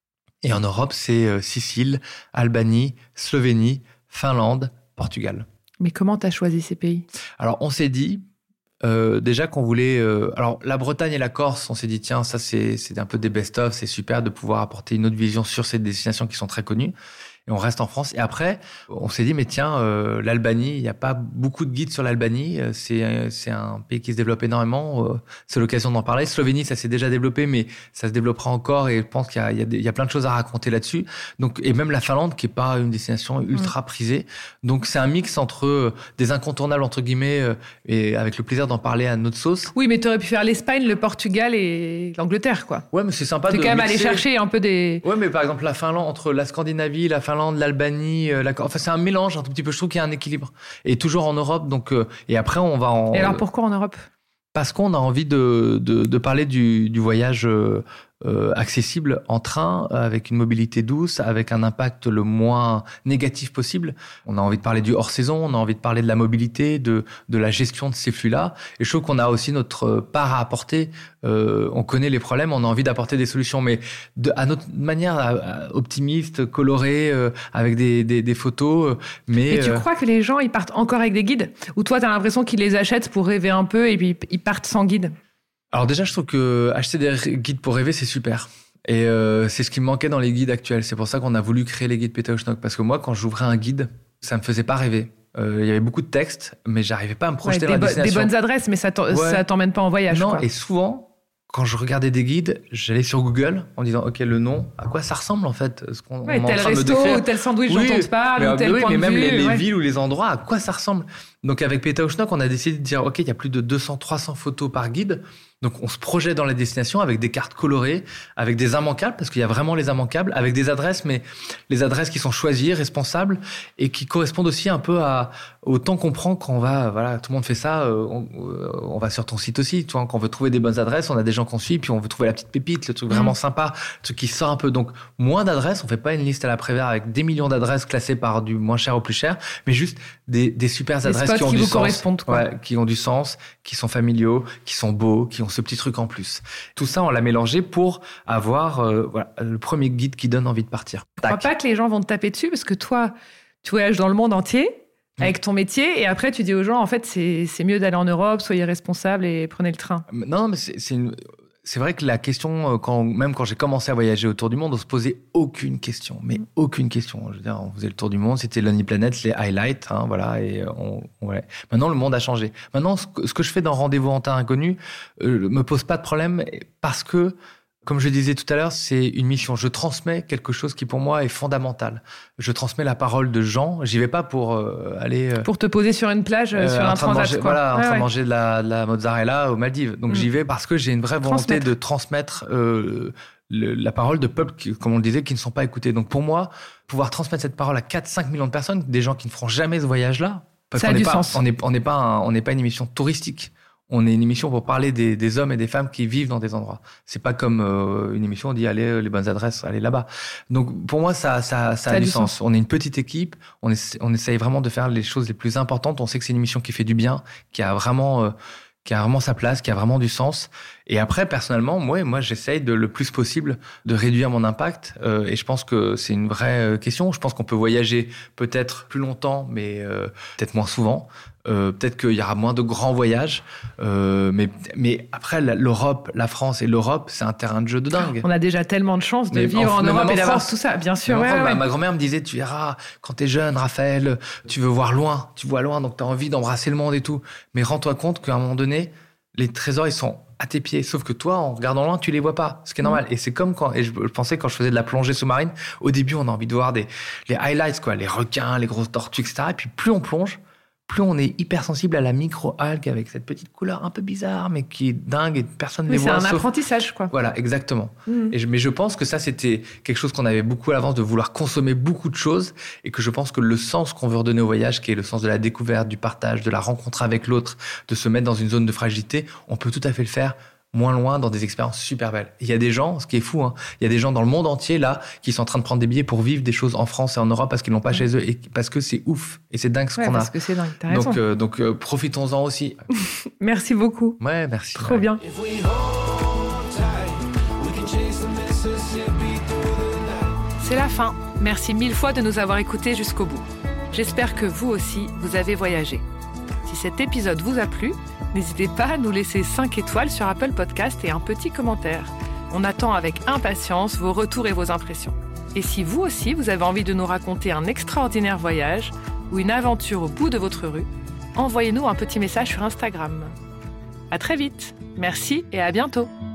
Et en Europe, c'est euh, Sicile, Albanie, Slovénie, Finlande, Portugal. Mais comment tu as choisi ces pays ? Alors, on s'est dit, euh, déjà qu'on voulait... Euh, alors, la Bretagne et la Corse, on s'est dit, tiens, ça, c'est, c'est un peu des best-of, c'est super de pouvoir apporter une autre vision sur ces destinations qui sont très connues. Et on reste en France. Et après, on s'est dit, mais tiens, euh, l'Albanie, il n'y a pas beaucoup de guides sur l'Albanie. C'est, c'est un pays qui se développe énormément. Euh, c'est l'occasion d'en parler. Slovénie, ça s'est déjà développé, mais ça se développera encore. Et je pense qu'il y a, il y a, des, il y a plein de choses à raconter là-dessus. Donc, et même la Finlande, qui n'est pas une destination ultra prisée. Donc, c'est un mix entre des incontournables, entre guillemets, euh, et avec le plaisir d'en parler à notre sauce. Oui, mais tu aurais pu faire l'Espagne, le Portugal et l'Angleterre, quoi. Ouais, mais c'est sympa T'es de quand même mixer. aller chercher un peu des... Ouais, mais par exemple, la Finlande, entre la Scandinavie, la Finlande, l'Albanie, la... enfin, c'est un mélange un tout petit peu. Je trouve qu'il y a un équilibre. Et toujours en Europe. Donc, euh... et après, on va en... Et alors, pourquoi en Europe ? Parce qu'on a envie de, de, de parler du, du voyage euh, euh, accessible en train, avec une mobilité douce, avec un impact le moins négatif possible. On a envie de parler du hors-saison, on a envie de parler de la mobilité, de, de la gestion de ces flux-là. Et je trouve qu'on a aussi notre part à apporter. Euh, on connaît les problèmes, on a envie d'apporter des solutions, mais de, à notre manière à, à, optimiste, colorée, euh, avec des, des, des photos. Euh, mais Et tu euh... crois que les gens, ils partent encore avec des guides ? Ou toi, tu as l'impression qu'ils les achètent pour rêver un peu et puis ils partent sans guide ? Alors déjà, je trouve que acheter des guides pour rêver, c'est super. Et euh, c'est ce qui me manquait dans les guides actuels. C'est pour ça qu'on a voulu créer les guides Péta Schnock. Parce que moi, quand j'ouvrais un guide, ça me faisait pas rêver. Euh, il y avait beaucoup de textes, mais j'arrivais pas à me projeter ouais, dans la bo- destination. Des bonnes adresses, mais ça, t'en- Ouais. ça t'emmène pas en voyage. Non, quoi. et souvent, quand je regardais des guides, j'allais sur Google en disant, OK, le nom, à quoi ça ressemble en fait ce qu'on, Ouais, on est tel en train de me resto, décrire. ou tel sandwich Oui, dont on te parle, mais, ou tel oui, point mais de même vue. les, les ouais. villes ou les endroits, à quoi ça ressemble. Donc avec Péta Schnock, on a décidé de dire, OK, il y a plus de deux cents, trois cents photos par guide. Donc on se projette dans la destination avec des cartes colorées, avec des immanquables, parce qu'il y a vraiment les immanquables, avec des adresses, mais les adresses qui sont choisies, responsables, et qui correspondent aussi un peu à, au temps qu'on prend quand on va, voilà, tout le monde fait ça, euh, on, euh, on va sur ton site aussi, tu vois, quand on veut trouver des bonnes adresses, on a des gens qu'on suit, puis on veut trouver la petite pépite, le truc vraiment Mmh. sympa, le truc qui sort un peu. Donc moins d'adresses, on fait pas une liste à la Prévert avec des millions d'adresses classées par du moins cher au plus cher, mais juste des, des super Des adresses spots qui ont qui du vous sens, correspondent, quoi. ouais, qui ont du sens, qui sont familiaux, qui sont beaux, qui ont ce petit truc en plus. Tout ça, on l'a mélangé pour avoir euh, voilà, le premier guide qui donne envie de partir. Je crois pas que les gens vont te taper dessus parce que toi, tu voyages dans le monde entier avec ton métier et après tu dis aux gens, en fait, c'est, c'est mieux d'aller en Europe, soyez responsables et prenez le train. Non, mais c'est, c'est, une... c'est vrai que la question, quand, même quand j'ai commencé à voyager autour du monde, on se posait aucune question, mais aucune question. Je veux dire, on faisait le tour du monde, c'était Lonely Planet, les highlights, hein, voilà. Et on, ouais. Maintenant, le monde a changé. Maintenant, ce que, ce que je fais dans Rendez-vous en terre inconnue euh, me pose pas de problème parce que Comme je disais tout à l'heure, c'est une mission. Je transmets quelque chose qui, pour moi, est fondamental. Je transmets la parole de gens. J'y vais pas pour euh, aller... Euh, pour te poser sur une plage, euh, sur un transat, manger, quoi. Voilà, en ouais, train ouais. de manger de la, de la mozzarella aux Maldives. Donc, mm. j'y vais parce que j'ai une vraie volonté de transmettre euh, le, la parole de peuples, qui, comme on le disait, qui ne sont pas écoutés. Donc, pour moi, pouvoir transmettre cette parole à quatre à cinq millions de personnes, des gens qui ne feront jamais ce voyage-là, parce ça qu'on a n'est du pas, sens. on n'est on n'est pas, un, on n'est pas une émission touristique. On est une émission pour parler des, des hommes et des femmes qui vivent dans des endroits. C'est pas comme euh, une émission où on dit allez les bonnes adresses, allez là-bas. Donc pour moi ça ça ça, ça a, a du sens. sens. On est une petite équipe, on essaie, on essaye vraiment de faire les choses les plus importantes. On sait que c'est une émission qui fait du bien, qui a vraiment euh, qui a vraiment sa place, qui a vraiment du sens. Et après, personnellement, moi, moi, j'essaye de le plus possible de réduire mon impact. Euh, et je pense que c'est une vraie question. Je pense qu'on peut voyager peut-être plus longtemps, mais euh, peut-être moins souvent. Euh, peut-être qu'il y aura moins de grands voyages. Euh, mais, mais après, l'Europe, la France et l'Europe, c'est un terrain de jeu de dingue. On a déjà tellement de chance de mais vivre en, en Europe en et d'avoir France, tout ça, bien sûr. Ouais, France, ouais. Ma, ma grand-mère me disait, tu verras, quand t'es jeune, Raphaël, tu veux voir loin. Tu vois loin, donc t'as envie d'embrasser le monde et tout. Mais rends-toi compte qu'à un moment donné, les trésors, ils sont à tes pieds. Sauf que toi, en regardant loin, tu les vois pas. Ce qui est normal. Mmh. Et c'est comme quand, et je, je pensais quand je faisais de la plongée sous-marine, au début, on a envie de voir des, les highlights, quoi, les requins, les grosses tortues, et cetera. Et puis, plus on plonge, plus on est hypersensible à la micro-algue avec cette petite couleur un peu bizarre, mais qui est dingue et personne ne oui, les voit. C'est un sauf... apprentissage, quoi. Voilà, exactement. Mmh. Et je, mais je pense que ça, c'était quelque chose qu'on avait beaucoup à l'avance, de vouloir consommer beaucoup de choses, et que je pense que le sens qu'on veut redonner au voyage, qui est le sens de la découverte, du partage, de la rencontre avec l'autre, de se mettre dans une zone de fragilité, on peut tout à fait le faire moins loin, dans des expériences super belles. Il y a des gens, ce qui est fou, hein, il y a des gens dans le monde entier, là, qui sont en train de prendre des billets pour vivre des choses en France et en Europe parce qu'ils l'ont pas mmh. chez eux, et parce que c'est ouf, et c'est dingue ce ouais, qu'on parce a. que c'est dingue, t'as donc, raison. Euh, donc, euh, profitons-en aussi. Merci beaucoup. Ouais, merci. Trop ouais. bien. C'est la fin. Merci mille fois de nous avoir écoutés jusqu'au bout. J'espère que vous aussi, vous avez voyagé. Si cet épisode vous a plu, n'hésitez pas à nous laisser cinq étoiles sur Apple Podcast et un petit commentaire. On attend avec impatience vos retours et vos impressions. Et si vous aussi, vous avez envie de nous raconter un extraordinaire voyage ou une aventure au bout de votre rue, envoyez-nous un petit message sur Instagram. À très vite. Merci et à bientôt.